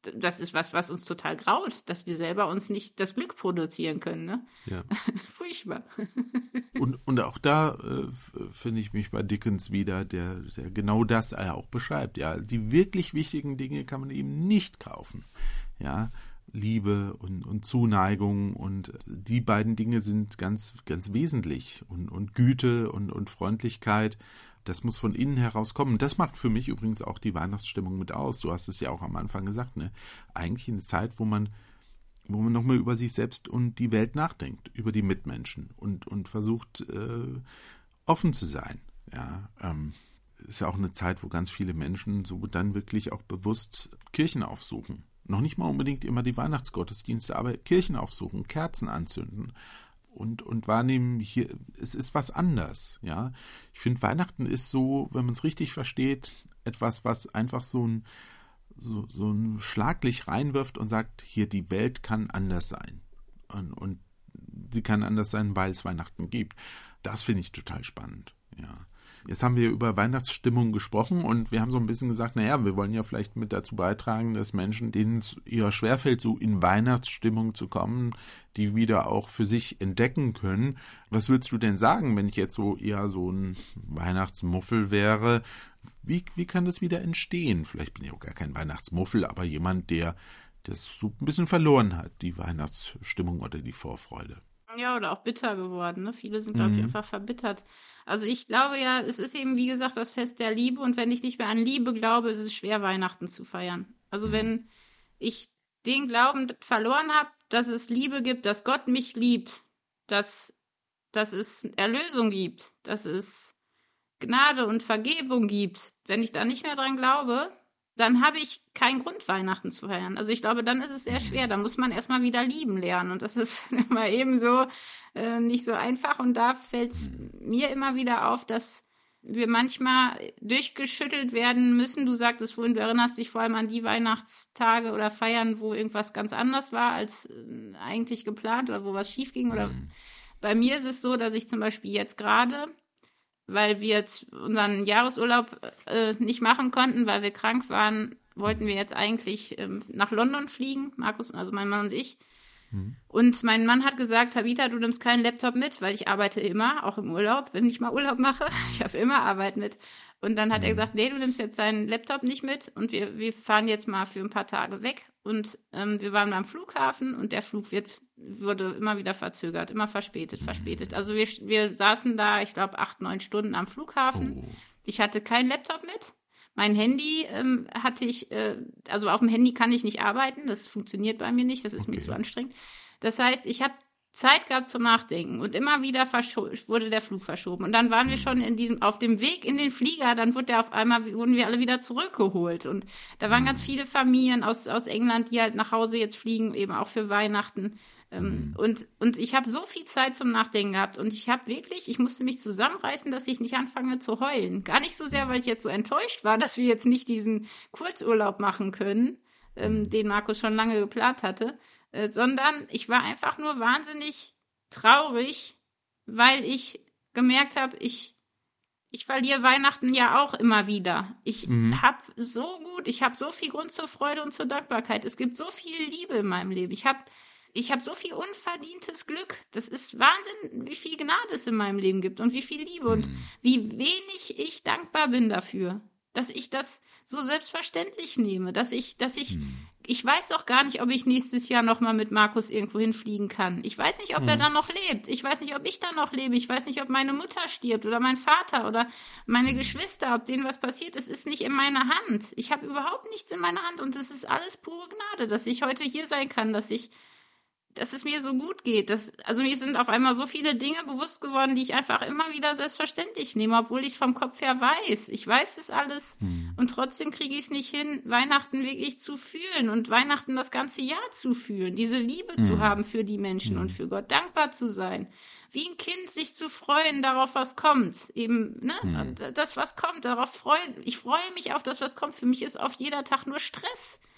das ist was, was uns total graut, dass wir selber uns nicht das Glück produzieren können, ne? Ja. Furchtbar. Und, und auch da äh, finde ich mich bei Dickens wieder, der, der genau das ja auch beschreibt. Ja, die wirklich wichtigen Dinge kann man eben nicht kaufen. Ja, Liebe und, und Zuneigung und die beiden Dinge sind ganz, ganz wesentlich. Und, und Güte und, und Freundlichkeit, das muss von innen heraus kommen. Das macht für mich übrigens auch die Weihnachtsstimmung mit aus. Du hast es ja auch am Anfang gesagt, ne? Eigentlich eine Zeit, wo man, wo man nochmal über sich selbst und die Welt nachdenkt, über die Mitmenschen und, und versucht, äh, offen zu sein. Ja, ähm, ist ja auch eine Zeit, wo ganz viele Menschen so dann wirklich auch bewusst Kirchen aufsuchen. Noch nicht mal unbedingt immer die Weihnachtsgottesdienste, aber Kirchen aufsuchen, Kerzen anzünden und, und wahrnehmen, hier, es ist was anders, ja. Ich finde, Weihnachten ist so, wenn man es richtig versteht, etwas, was einfach so ein, so, so ein Schlaglicht reinwirft und sagt, hier, die Welt kann anders sein. Und, und sie kann anders sein, weil es Weihnachten gibt. Das finde ich total spannend, ja. Jetzt haben wir über Weihnachtsstimmung gesprochen und wir haben so ein bisschen gesagt, naja, wir wollen ja vielleicht mit dazu beitragen, dass Menschen, denen es eher schwerfällt, so in Weihnachtsstimmung zu kommen, die wieder auch für sich entdecken können. Was würdest du denn sagen, wenn ich jetzt so eher so ein Weihnachtsmuffel wäre? Wie, wie kann das wieder entstehen? Vielleicht bin ich auch gar kein Weihnachtsmuffel, aber jemand, der das so ein bisschen verloren hat, die Weihnachtsstimmung oder die Vorfreude. Ja, oder auch bitter geworden, ne? Viele sind, glaube ich, Mhm. einfach verbittert. Also ich glaube ja, es ist eben, wie gesagt, das Fest der Liebe und wenn ich nicht mehr an Liebe glaube, ist es schwer, Weihnachten zu feiern. Also wenn ich den Glauben verloren habe, dass es Liebe gibt, dass Gott mich liebt, dass, dass es Erlösung gibt, dass es Gnade und Vergebung gibt, wenn ich da nicht mehr dran glaube, dann habe ich keinen Grund, Weihnachten zu feiern. Also ich glaube, dann ist es sehr schwer. Da muss man erstmal wieder lieben lernen. Und das ist immer eben so äh, nicht so einfach. Und da fällt es mir immer wieder auf, dass wir manchmal durchgeschüttelt werden müssen. Du sagtest vorhin, du erinnerst dich vor allem an die Weihnachtstage oder Feiern, wo irgendwas ganz anders war als äh, eigentlich geplant oder wo was schief ging. Oder bei mir ist es so, dass ich zum Beispiel jetzt gerade, weil wir jetzt unseren Jahresurlaub äh, nicht machen konnten, weil wir krank waren, wollten wir jetzt eigentlich ähm, nach London fliegen, Markus, also mein Mann und ich. Mhm. Und mein Mann hat gesagt, Tabita, du nimmst keinen Laptop mit, weil ich arbeite immer, auch im Urlaub, wenn ich mal Urlaub mache. Ich habe immer Arbeit mit. Und dann hat mhm. er gesagt, nee, du nimmst jetzt deinen Laptop nicht mit und wir, wir fahren jetzt mal für ein paar Tage weg. Und ähm, wir waren am Flughafen und der Flug wird, wurde immer wieder verzögert, immer verspätet, verspätet. Also wir, wir saßen da, ich glaube, acht, neun Stunden am Flughafen. Oh. Ich hatte keinen Laptop mit. Mein Handy ähm, hatte ich, äh, also auf dem Handy kann ich nicht arbeiten, das funktioniert bei mir nicht, das ist okay. mir zu anstrengend. Das heißt, ich habe Zeit gehabt zum Nachdenken und immer wieder verscho- wurde der Flug verschoben. Und dann waren wir schon in diesem, auf dem Weg in den Flieger, dann wurde der auf einmal, wurden wir alle wieder zurückgeholt. Und da waren ganz viele Familien aus, aus England, die halt nach Hause jetzt fliegen, eben auch für Weihnachten. Ähm, und, und ich habe so viel Zeit zum Nachdenken gehabt und ich habe wirklich, ich musste mich zusammenreißen, dass ich nicht anfange zu heulen. Gar nicht so sehr, weil ich jetzt so enttäuscht war, dass wir jetzt nicht diesen Kurzurlaub machen können, ähm, den Markus schon lange geplant hatte, äh, sondern ich war einfach nur wahnsinnig traurig, weil ich gemerkt habe, ich Ich verliere Weihnachten ja auch immer wieder. Ich mhm. habe so gut, ich habe so viel Grund zur Freude und zur Dankbarkeit. Es gibt so viel Liebe in meinem Leben. Ich habe ich hab so viel unverdientes Glück. Das ist Wahnsinn, wie viel Gnade es in meinem Leben gibt und wie viel Liebe mhm. und wie wenig ich dankbar bin dafür, dass ich das so selbstverständlich nehme, dass ich, dass ich, mhm. ich weiß doch gar nicht, ob ich nächstes Jahr nochmal mit Markus irgendwo hinfliegen kann. Ich weiß nicht, ob mhm. er da noch lebt. Ich weiß nicht, ob ich da noch lebe. Ich weiß nicht, ob meine Mutter stirbt oder mein Vater oder meine mhm. Geschwister, ob denen was passiert. Es ist nicht in meiner Hand. Ich habe überhaupt nichts in meiner Hand und es ist alles pure Gnade, dass ich heute hier sein kann, dass ich dass es mir so gut geht. Das, also mir sind auf einmal so viele Dinge bewusst geworden, die ich einfach immer wieder selbstverständlich nehme, obwohl ich es vom Kopf her weiß. Ich weiß das alles hm. und trotzdem kriege ich es nicht hin, Weihnachten wirklich zu fühlen und Weihnachten das ganze Jahr zu fühlen, diese Liebe hm. zu haben für die Menschen hm. und für Gott, dankbar zu sein. Wie ein Kind sich zu freuen darauf, was kommt. Eben, ne, hm. das, was kommt, darauf freuen. Ich freue mich auf das, was kommt. Für mich ist auf jeder Tag nur Stress. Hm.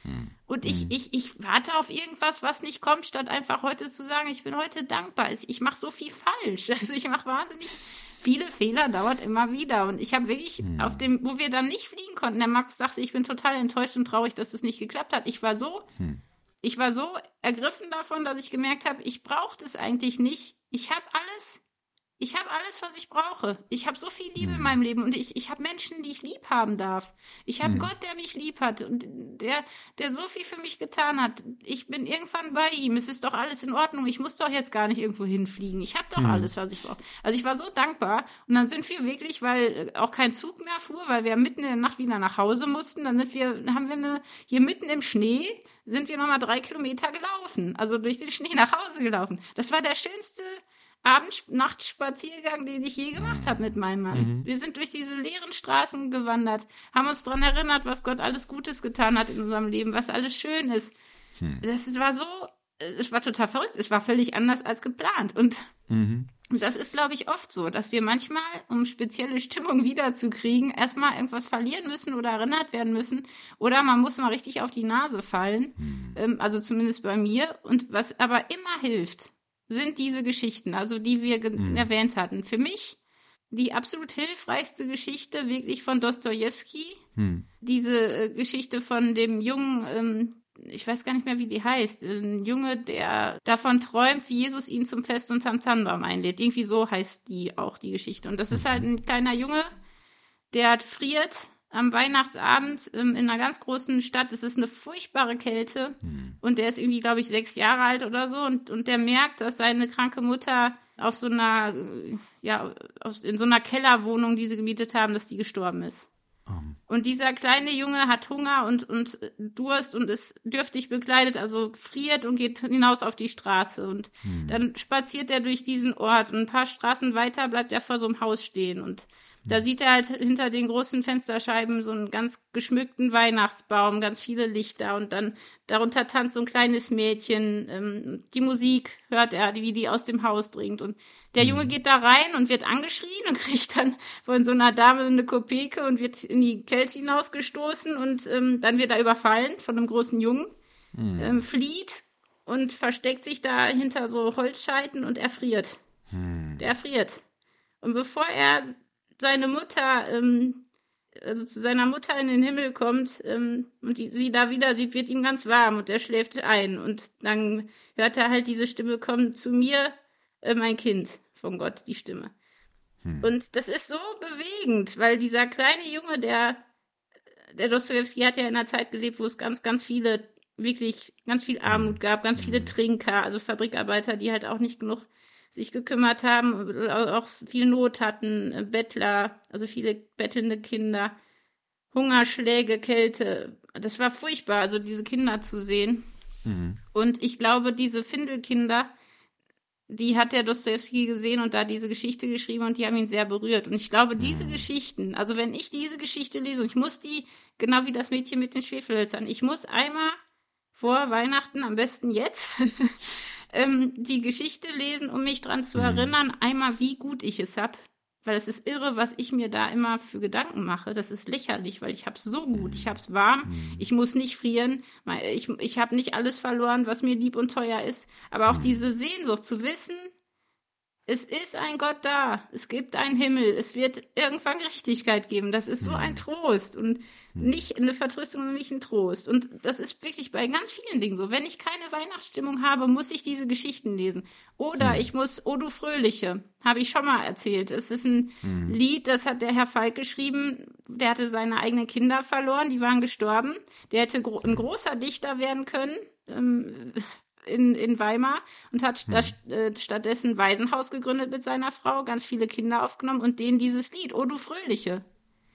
Und ich, ich, ich warte auf irgendwas, was nicht kommt, statt einfach heute zu sagen, ich bin heute dankbar. Ich, ich mache so viel falsch. Also ich mache wahnsinnig viele Fehler, dauert immer wieder. Und ich habe wirklich Hm. auf dem, wo wir dann nicht fliegen konnten, der Max dachte, ich bin total enttäuscht und traurig, dass das nicht geklappt hat. Ich war so, Hm. ich war so ergriffen davon, dass ich gemerkt habe, ich brauche das eigentlich nicht. Ich habe alles. Ich habe alles, was ich brauche. Ich habe so viel Liebe in meinem Leben und ich, ich habe Menschen, die ich lieb haben darf. Ich habe Gott, der mich lieb hat und der, der so viel für mich getan hat. Ich bin irgendwann bei ihm. Es ist doch alles in Ordnung. Ich muss doch jetzt gar nicht irgendwo hinfliegen. Ich habe doch alles, was ich brauche. Also ich war so dankbar und dann sind wir wirklich, weil auch kein Zug mehr fuhr, weil wir mitten in der Nacht wieder nach Hause mussten, dann sind wir, haben wir eine, hier mitten im Schnee, sind wir nochmal drei Kilometer gelaufen. Also durch den Schnee nach Hause gelaufen. Das war der schönste Abend-Nacht-Spaziergang, den ich je gemacht habe mit meinem Mann. Mhm. Wir sind durch diese leeren Straßen gewandert, haben uns daran erinnert, was Gott alles Gutes getan hat in unserem Leben, was alles schön ist. Hm. Das war so, es war total verrückt, es war völlig anders als geplant. Und Mhm. das ist, glaube ich, oft so, dass wir manchmal, um spezielle Stimmung wiederzukriegen, erstmal irgendwas verlieren müssen oder erinnert werden müssen. Oder man muss mal richtig auf die Nase fallen. Hm. Ähm, also zumindest bei mir. Und was aber immer hilft, sind diese Geschichten, also die wir ge- Mhm. erwähnt hatten. Für mich die absolut hilfreichste Geschichte wirklich von Dostojewski. Hm. Diese äh, Geschichte von dem Jungen, ähm, ich weiß gar nicht mehr, wie die heißt, ein Junge, der davon träumt, wie Jesus ihn zum Fest unterm Tannenbaum einlädt. Irgendwie so heißt die auch, die Geschichte. Und das ist halt ein kleiner Junge, der hat friert am Weihnachtsabend ähm, in einer ganz großen Stadt. Es ist eine furchtbare Kälte. Hm. Und der ist irgendwie, glaube ich, sechs Jahre alt oder so. Und, und der merkt, dass seine kranke Mutter auf so einer, äh, ja, aus, in so einer Kellerwohnung, die sie gemietet haben, dass die gestorben ist. Um. Und dieser kleine Junge hat Hunger und, und Durst und ist dürftig bekleidet, also friert und geht hinaus auf die Straße. Und Hm. dann spaziert er durch diesen Ort und ein paar Straßen weiter bleibt er vor so einem Haus stehen. Und da sieht er halt hinter den großen Fensterscheiben so einen ganz geschmückten Weihnachtsbaum, ganz viele Lichter und dann darunter tanzt so ein kleines Mädchen. Ähm, die Musik hört er, wie die aus dem Haus dringt. Und der Junge geht da rein und wird angeschrien und kriegt dann von so einer Dame eine Kopeke und wird in die Kälte hinausgestoßen und ähm, dann wird er überfallen von einem großen Jungen, Hm. ähm, flieht und versteckt sich da hinter so Holzscheiten und erfriert. Hm. Der erfriert. Und bevor er seine Mutter, ähm, also zu seiner Mutter in den Himmel kommt ähm, und die, sie da wieder sieht, wird ihm ganz warm und er schläft ein. Und dann hört er halt diese Stimme, komm zu mir, äh, mein Kind, von Gott, die Stimme. Hm. Und das ist so bewegend, weil dieser kleine Junge, der, der Dostojewski hat ja in einer Zeit gelebt, wo es ganz, ganz viele, wirklich ganz viel Armut gab, ganz viele Trinker, also Fabrikarbeiter, die halt auch nicht genug sich gekümmert haben, auch viel Not hatten, Bettler, also viele bettelnde Kinder, Hungerschläge, Kälte. Das war furchtbar, also diese Kinder zu sehen. Mhm. Und ich glaube, diese Findelkinder, die hat der Dostojewski gesehen und da diese Geschichte geschrieben und die haben ihn sehr berührt. Und ich glaube, diese Geschichten, also wenn ich diese Geschichte lese, und ich muss die, genau wie das Mädchen mit den Schwefelhölzern, ich muss einmal vor Weihnachten, am besten jetzt, ähm, die Geschichte lesen, um mich dran zu erinnern, einmal wie gut ich es hab. Weil es ist irre, was ich mir da immer für Gedanken mache. Das ist lächerlich, weil ich hab's so gut, ich hab's warm, ich muss nicht frieren, ich, ich habe nicht alles verloren, was mir lieb und teuer ist. Aber auch diese Sehnsucht zu wissen, es ist ein Gott da, es gibt einen Himmel, es wird irgendwann Gerechtigkeit geben. Das ist so ein Trost und nicht eine Vertröstung, sondern nicht ein Trost. Und das ist wirklich bei ganz vielen Dingen so. Wenn ich keine Weihnachtsstimmung habe, muss ich diese Geschichten lesen. Oder ich muss O du Fröhliche, habe ich schon mal erzählt. Es ist ein Lied, das hat der Herr Falk geschrieben. Der hatte seine eigenen Kinder verloren, die waren gestorben. Der hätte gro- ein großer Dichter werden können. Ähm, In, in Weimar und hat sta- äh, stattdessen ein Waisenhaus gegründet mit seiner Frau, ganz viele Kinder aufgenommen und denen dieses Lied, O du Fröhliche.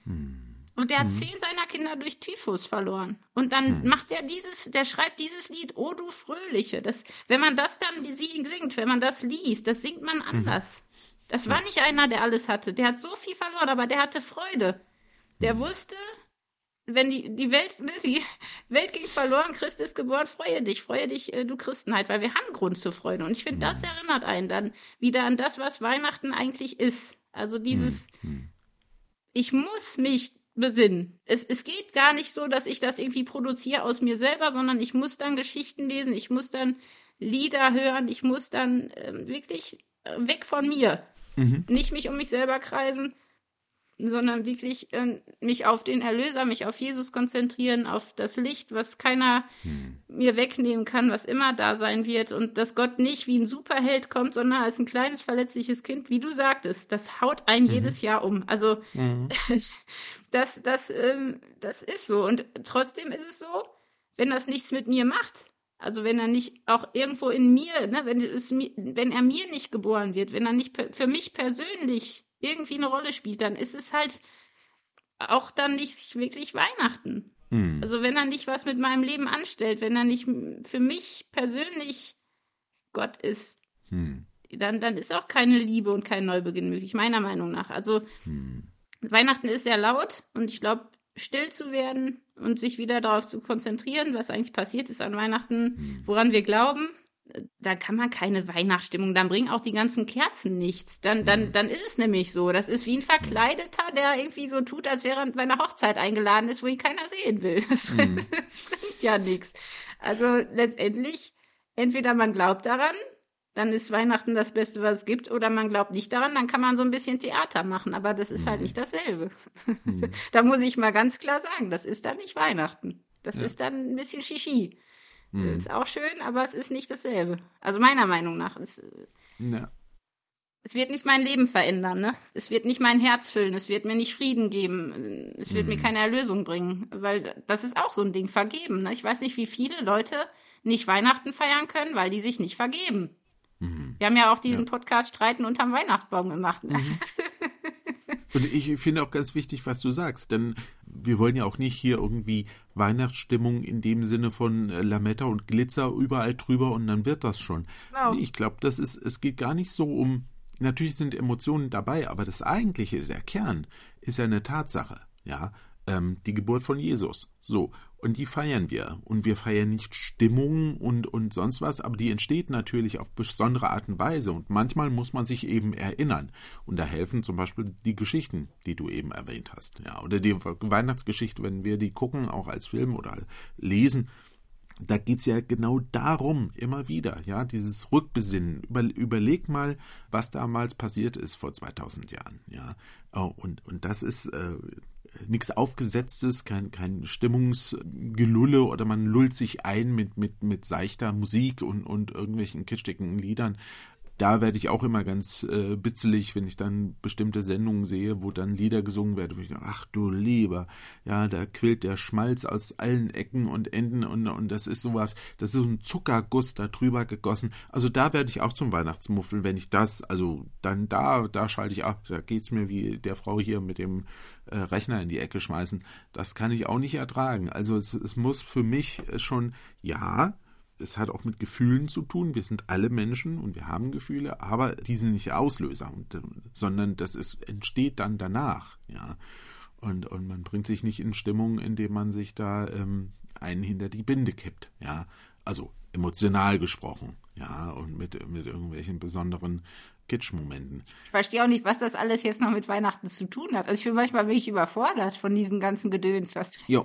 Und der hat zehn seiner Kinder durch Typhus verloren. Und dann macht er dieses, der schreibt dieses Lied, O du Fröhliche. Das, wenn man das dann sie- singt, wenn man das liest, das singt man anders. Das war nicht einer, der alles hatte. Der hat so viel verloren, aber der hatte Freude. Der wusste, wenn die, die Welt, ne, die Welt ging verloren, Christ ist geboren, freue dich, freue dich, äh, du Christenheit, weil wir haben Grund zur Freude. Und ich finde, das erinnert einen dann wieder an das, was Weihnachten eigentlich ist. Also dieses, ich muss mich besinnen. Es, es geht gar nicht so, dass ich das irgendwie produziere aus mir selber, sondern ich muss dann Geschichten lesen, ich muss dann Lieder hören, ich muss dann äh, wirklich äh, weg von mir. Mhm. Nicht mich um mich selber kreisen, sondern wirklich äh, mich auf den Erlöser, mich auf Jesus konzentrieren, auf das Licht, was keiner Hm. mir wegnehmen kann, was immer da sein wird und dass Gott nicht wie ein Superheld kommt, sondern als ein kleines, verletzliches Kind, wie du sagtest, das haut einen Mhm. jedes Jahr um. Also Mhm. das, das, ähm, das ist so und trotzdem ist es so, wenn das nichts mit mir macht, also wenn er nicht auch irgendwo in mir, ne, wenn es mir, wenn er mir nicht geboren wird, wenn er nicht per, für mich persönlich irgendwie eine Rolle spielt, dann ist es halt auch dann nicht wirklich Weihnachten. Hm. Also wenn er nicht was mit meinem Leben anstellt, wenn er nicht m- für mich persönlich Gott ist, Hm. dann, dann ist auch keine Liebe und kein Neubeginn möglich, meiner Meinung nach. Also Hm. Weihnachten ist sehr laut und ich glaube, still zu werden und sich wieder darauf zu konzentrieren, was eigentlich passiert ist an Weihnachten, woran wir glauben, äh, dann kann man keine Weihnachtsstimmung, dann bringen auch die ganzen Kerzen nichts. Dann, dann, dann ist es nämlich so. Das ist wie ein Verkleideter, der irgendwie so tut, als wäre er bei einer Hochzeit eingeladen ist, wo ihn keiner sehen will. Das, Mhm. das bringt ja nichts. Also letztendlich, entweder man glaubt daran, dann ist Weihnachten das Beste, was es gibt, oder man glaubt nicht daran, dann kann man so ein bisschen Theater machen, aber das ist halt nicht dasselbe. Da muss ich mal ganz klar sagen, das ist dann nicht Weihnachten. Das Ja. ist dann ein bisschen Shishi. Mhm. Ist auch schön, aber es ist nicht dasselbe. Also meiner Meinung nach. Es, Ja. es wird nicht mein Leben verändern, ne? Es wird nicht mein Herz füllen, es wird mir nicht Frieden geben, es wird mir keine Erlösung bringen, weil das ist auch so ein Ding, vergeben, ne? Ich weiß nicht, wie viele Leute nicht Weihnachten feiern können, weil die sich nicht vergeben. Mhm. Wir haben ja auch diesen Podcast Streiten unterm Weihnachtsbaum gemacht. Ne? Und ich finde auch ganz wichtig, was du sagst, denn wir wollen ja auch nicht hier irgendwie Weihnachtsstimmung in dem Sinne von äh, Lametta und Glitzer überall drüber und dann wird das schon. Genau. Nee, ich glaube, das ist, es geht gar nicht so um, natürlich sind Emotionen dabei, aber das eigentliche, der Kern, ist ja eine Tatsache, ja, ähm, die Geburt von Jesus. So, und die feiern wir. Und wir feiern nicht Stimmung und, und sonst was, aber die entsteht natürlich auf besondere Art und Weise. Und manchmal muss man sich eben erinnern. Und da helfen zum Beispiel die Geschichten, die du eben erwähnt hast. Ja, oder die Weihnachtsgeschichte, wenn wir die gucken, auch als Film oder lesen, da geht's ja genau darum, immer wieder, ja, dieses Rückbesinnen. Über, überleg mal, was damals passiert ist vor zweitausend Jahren, ja. Oh, und, und das ist äh, nichts Aufgesetztes, kein, kein Stimmungsgelulle oder man lullt sich ein mit, mit, mit seichter Musik und, und irgendwelchen kitschigen Liedern. Da werde ich auch immer ganz äh, bitzelig, wenn ich dann bestimmte Sendungen sehe, wo dann Lieder gesungen werden. Wo ich denke, ach du Lieber, ja, da quillt der Schmalz aus allen Ecken und Enden und, und das ist sowas, das ist so ein Zuckerguss da drüber gegossen. Also da werde ich auch zum Weihnachtsmuffel, wenn ich das, also dann da, da schalte ich ab, da geht's mir wie der Frau hier mit dem äh, Rechner in die Ecke schmeißen. Das kann ich auch nicht ertragen. Also es, es muss für mich schon, ja, es hat auch mit Gefühlen zu tun. Wir sind alle Menschen und wir haben Gefühle, aber die sind nicht Auslöser, und, sondern das ist, entsteht dann danach. Ja. Und, und man bringt sich nicht in Stimmung, indem man sich da ähm, einen hinter die Binde kippt. Ja. Also emotional gesprochen. Ja. Und mit, mit irgendwelchen besonderen Kitsch-Momenten. Ich verstehe auch nicht, was das alles jetzt noch mit Weihnachten zu tun hat. Also ich bin manchmal wirklich überfordert von diesen ganzen Gedöns. Was Jo,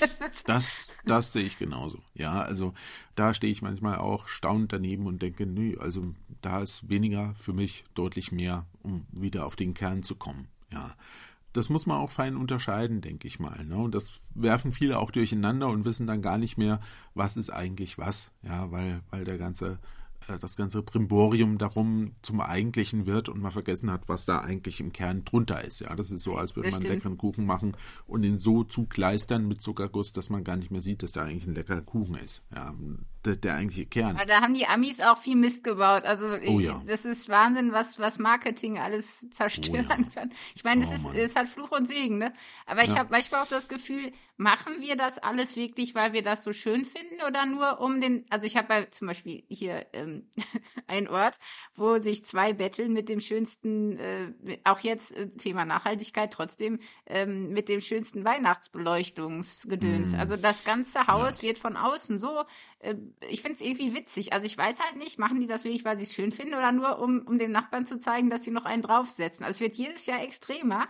das, das sehe ich genauso. Ja, also da stehe ich manchmal auch staunend daneben und denke, nö, also da ist weniger für mich deutlich mehr, um wieder auf den Kern zu kommen. Ja, das muss man auch fein unterscheiden, denke ich mal. Ne? Und das werfen viele auch durcheinander und wissen dann gar nicht mehr, was ist eigentlich was. Ja, weil, weil der ganze das ganze Brimborium darum zum Eigentlichen wird und man vergessen hat, was da eigentlich im Kern drunter ist. Ja, das ist so, als würde man einen leckeren Kuchen machen und ihn so zukleistern mit Zuckerguss, dass man gar nicht mehr sieht, dass da eigentlich ein leckerer Kuchen ist. Ja, der, der eigentliche Kern. Aber da haben die Amis auch viel Mist gebaut. Also Oh ja. das ist Wahnsinn, was, was Marketing alles zerstören Oh ja. kann. Ich meine, es Oh ist, Mann. es hat Fluch und Segen, ne? Aber ich Ja. habe manchmal auch das Gefühl, machen wir das alles wirklich, weil wir das so schön finden oder nur um den, also ich habe bei zum Beispiel hier ähm, ein Ort, wo sich zwei betteln mit dem schönsten, äh, auch jetzt äh, Thema Nachhaltigkeit trotzdem, ähm, mit dem schönsten Weihnachtsbeleuchtungsgedöns. Mm. Also das ganze Haus wird von außen so äh, ich finde es irgendwie witzig. Also ich weiß halt nicht, machen die das wirklich, weil sie es schön finden oder nur, um, um den Nachbarn zu zeigen, dass sie noch einen draufsetzen. Also es wird jedes Jahr extremer.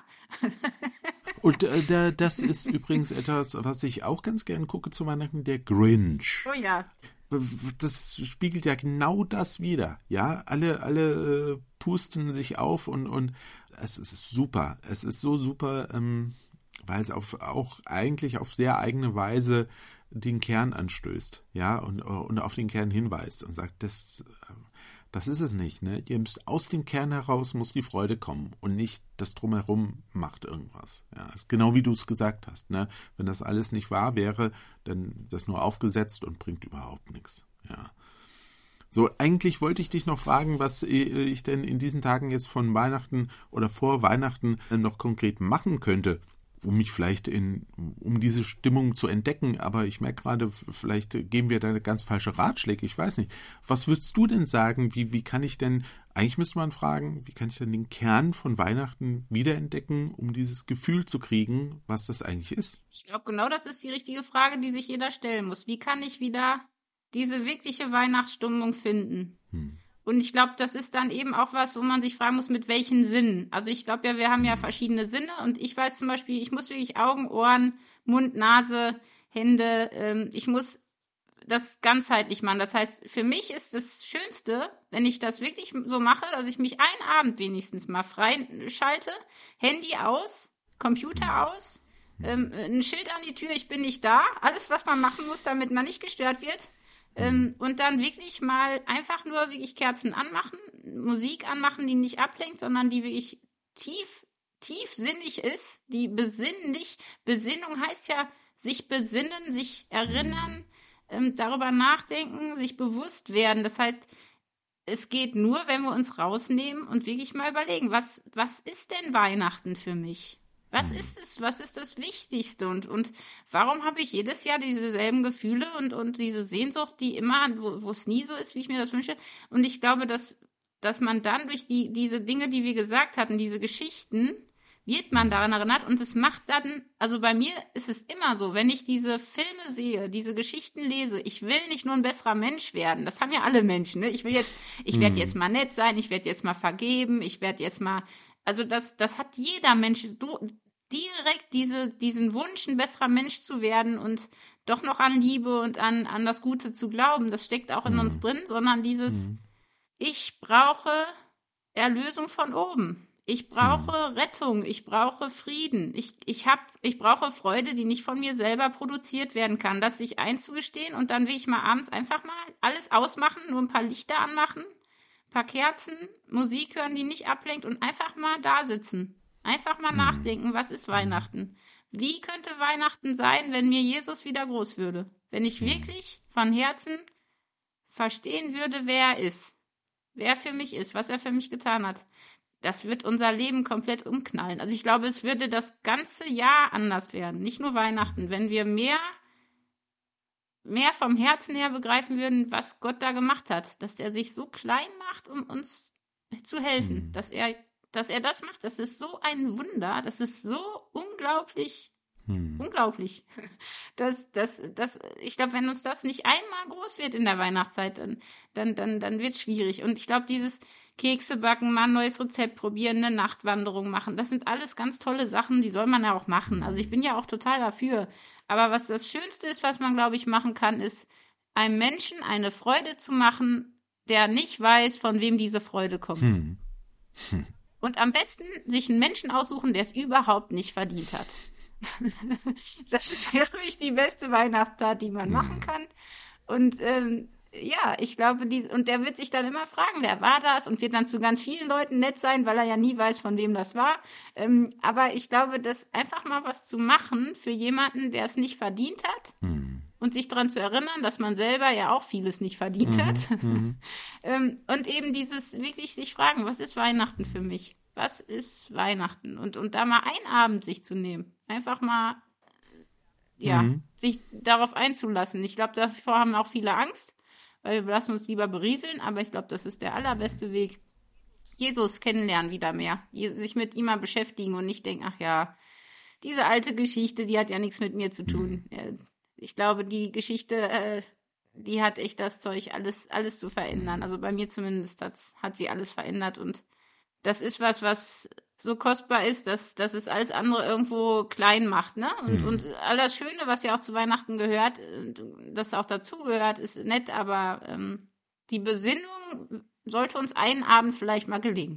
Und äh, da, das ist übrigens etwas, was ich auch ganz gern gucke zu Weihnachten, der Grinch. Oh ja. Das spiegelt ja genau das wider. Ja, alle, alle äh, pusten sich auf und, und es ist super. Es ist so super, ähm, weil es auf, auch eigentlich auf sehr eigene Weise den Kern anstößt, ja, und, und auf den Kern hinweist und sagt, das, das ist es nicht, ne? Ihr müsst aus dem Kern heraus muss die Freude kommen und nicht das Drumherum macht irgendwas. Ja, ist genau wie du es gesagt hast, ne? Wenn das alles nicht wahr wäre, dann das nur aufgesetzt und bringt überhaupt nichts. Ja. So, eigentlich wollte ich dich noch fragen, was ich denn in diesen Tagen jetzt von Weihnachten oder vor Weihnachten noch konkret machen könnte, um mich vielleicht in, um diese Stimmung zu entdecken, aber ich merke gerade, vielleicht geben wir da ganz falsche Ratschläge, ich weiß nicht. Was würdest du denn sagen, wie, wie kann ich denn, eigentlich müsste man fragen, wie kann ich denn den Kern von Weihnachten wiederentdecken, um dieses Gefühl zu kriegen, was das eigentlich ist? Ich glaube, genau das ist die richtige Frage, die sich jeder stellen muss. Wie kann ich wieder diese wirkliche Weihnachtsstimmung finden? Hm. Und ich glaube, das ist dann eben auch was, wo man sich fragen muss, mit welchen Sinnen. Also ich glaube ja, wir haben ja verschiedene Sinne und ich weiß zum Beispiel, ich muss wirklich Augen, Ohren, Mund, Nase, Hände, ähm, ich muss das ganzheitlich machen. Das heißt, für mich ist das Schönste, wenn ich das wirklich so mache, dass ich mich einen Abend wenigstens mal freischalte, Handy aus, Computer aus, ähm, ein Schild an die Tür, ich bin nicht da, alles, was man machen muss, damit man nicht gestört wird. Ähm, und dann wirklich mal einfach nur wirklich Kerzen anmachen, Musik anmachen, die nicht ablenkt, sondern die wirklich tief, tiefsinnig ist, die besinnlich, Besinnung heißt ja sich besinnen, sich erinnern, ähm, darüber nachdenken, sich bewusst werden. Das heißt, es geht nur, wenn wir uns rausnehmen und wirklich mal überlegen, was, was ist denn Weihnachten für mich? Was ist es? Was ist das Wichtigste? Und, und warum habe ich jedes Jahr dieselben Gefühle und, und diese Sehnsucht, die immer, wo es nie so ist, wie ich mir das wünsche? Und ich glaube, dass, dass man dann durch die, diese Dinge, die wir gesagt hatten, diese Geschichten, wird man daran erinnert und es macht dann, also bei mir ist es immer so, wenn ich diese Filme sehe, diese Geschichten lese, ich will nicht nur ein besserer Mensch werden, das haben ja alle Menschen, ne? Ich will jetzt, ich werde jetzt mal nett sein, ich werde jetzt mal vergeben, ich werde jetzt mal, also das, das hat jeder Mensch, du, direkt diese, diesen Wunsch, ein besserer Mensch zu werden und doch noch an Liebe und an, an das Gute zu glauben, das steckt auch in mhm. uns drin, sondern dieses, mhm. ich brauche Erlösung von oben. Ich brauche mhm. Rettung, ich brauche Frieden, ich, ich, hab, ich brauche Freude, die nicht von mir selber produziert werden kann, das sich einzugestehen und dann will ich mal abends einfach mal alles ausmachen, nur ein paar Lichter anmachen, ein paar Kerzen, Musik hören, die nicht ablenkt und einfach mal da sitzen. Einfach mal mhm. nachdenken, was ist Weihnachten? Wie könnte Weihnachten sein, wenn mir Jesus wieder groß würde? Wenn ich wirklich von Herzen verstehen würde, wer er ist, wer er für mich ist, was er für mich getan hat. Das wird unser Leben komplett umknallen. Also ich glaube, es würde das ganze Jahr anders werden, nicht nur Weihnachten, wenn wir mehr, mehr vom Herzen her begreifen würden, was Gott da gemacht hat, dass er sich so klein macht, um uns zu helfen, mhm. dass er dass er das macht, das ist so ein Wunder, das ist so unglaublich, hm. unglaublich. Das, das, das, ich glaube, wenn uns das nicht einmal groß wird in der Weihnachtszeit, dann, dann, dann, dann wird es schwierig. Und ich glaube, dieses Kekse backen, mal ein neues Rezept probieren, eine Nachtwanderung machen, das sind alles ganz tolle Sachen, die soll man ja auch machen. Also ich bin ja auch total dafür. Aber was das Schönste ist, was man, glaube ich, machen kann, ist, einem Menschen eine Freude zu machen, der nicht weiß, von wem diese Freude kommt. Hm. Hm. Und am besten sich einen Menschen aussuchen, der es überhaupt nicht verdient hat. Das ist wirklich die beste Weihnachtstat, die man machen kann. Und ähm, ja, ich glaube, die, und der wird sich dann immer fragen, wer war das? Und wird dann zu ganz vielen Leuten nett sein, weil er ja nie weiß, von wem das war. Ähm, aber ich glaube, dass einfach mal was zu machen für jemanden, der es nicht verdient hat, mhm. und sich daran zu erinnern, dass man selber ja auch vieles nicht verdient mhm. hat. Mhm. ähm, und eben dieses wirklich sich fragen, was ist Weihnachten für mich? Was ist Weihnachten? Und, und da mal einen Abend sich zu nehmen. Einfach mal, ja, mhm. sich darauf einzulassen. Ich glaube, davor haben auch viele Angst, weil wir lassen uns lieber berieseln, aber ich glaube, das ist der allerbeste Weg. Jesus kennenlernen wieder mehr. Sich mit ihm mal beschäftigen und nicht denken, ach ja, diese alte Geschichte, die hat ja nichts mit mir zu tun. Mhm. Ich glaube, die Geschichte, äh, die hat echt das Zeug, alles, alles zu verändern. Also bei mir zumindest hat's, hat sie alles verändert. Und das ist was, was so kostbar ist, dass, dass es alles andere irgendwo klein macht, ne? Und, Mhm. und all das Schöne, was ja auch zu Weihnachten gehört, das auch dazugehört, ist nett, aber ähm, die Besinnung sollte uns einen Abend vielleicht mal gelingen.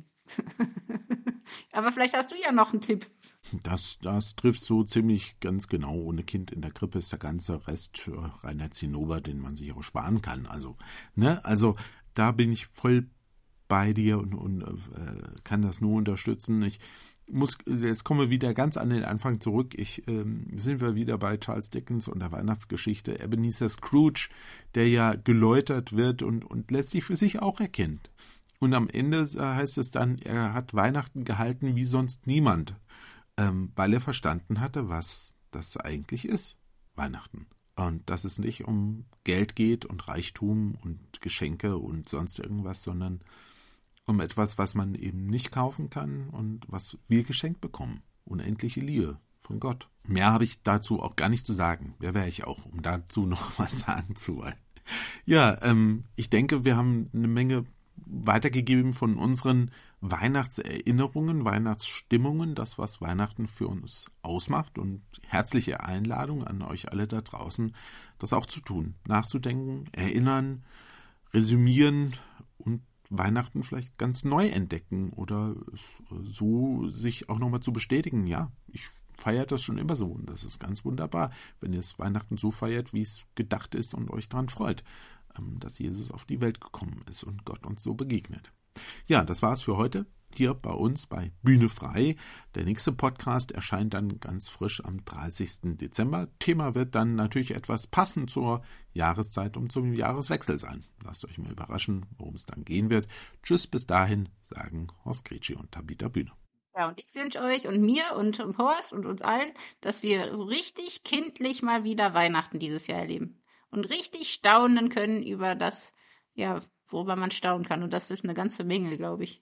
Aber vielleicht hast du ja noch einen Tipp. Das, das trifft so ziemlich ganz genau. Ohne Kind in der Krippe ist der ganze Rest äh, reiner Zinnober, den man sich auch sparen kann. Also, ne, also da bin ich voll bei dir und, und äh, kann das nur unterstützen. Ich muss, jetzt kommen wir wieder ganz an den Anfang zurück. Ich ähm, sind wir wieder bei Charles Dickens und der Weihnachtsgeschichte. Ebenezer Scrooge, der ja geläutert wird und, und letztlich für sich auch erkennt. Und am Ende heißt es dann, er hat Weihnachten gehalten wie sonst niemand, ähm, weil er verstanden hatte, was das eigentlich ist, Weihnachten. Und dass es nicht um Geld geht und Reichtum und Geschenke und sonst irgendwas, sondern um etwas, was man eben nicht kaufen kann und was wir geschenkt bekommen. Unendliche Liebe von Gott. Mehr habe ich dazu auch gar nicht zu sagen. Wer wäre ich auch, um dazu noch was sagen zu wollen. Ja, ähm, ich denke, wir haben eine Menge weitergegeben von unseren Weihnachtserinnerungen, Weihnachtsstimmungen, das, was Weihnachten für uns ausmacht, und herzliche Einladung an euch alle da draußen, das auch zu tun, nachzudenken, erinnern, resümieren und Weihnachten vielleicht ganz neu entdecken oder so sich auch nochmal zu bestätigen, ja, ich feiere das schon immer so und das ist ganz wunderbar, wenn ihr es Weihnachten so feiert, wie es gedacht ist und euch daran freut, dass Jesus auf die Welt gekommen ist und Gott uns so begegnet. Ja, das war's für heute hier bei uns bei Bühne frei. Der nächste Podcast erscheint dann ganz frisch am dreißigsten Dezember. Thema wird dann natürlich etwas passend zur Jahreszeit und zum Jahreswechsel sein. Lasst euch mal überraschen, worum es dann gehen wird. Tschüss, bis dahin, sagen Horst Gretschi und Tabita Bühne. Ja, und ich wünsche euch und mir und Horst und uns allen, dass wir so richtig kindlich mal wieder Weihnachten dieses Jahr erleben. Und richtig staunen können über das, ja, worüber man staunen kann. Und das ist eine ganze Menge, glaube ich.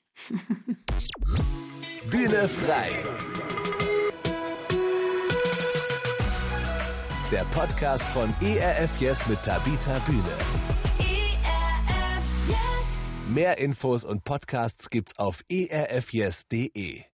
Bühne frei. Der Podcast von E R F Yes mit Tabita Bühne. E R F Yes. Mehr Infos und Podcasts gibt's auf e r f yes punkt de.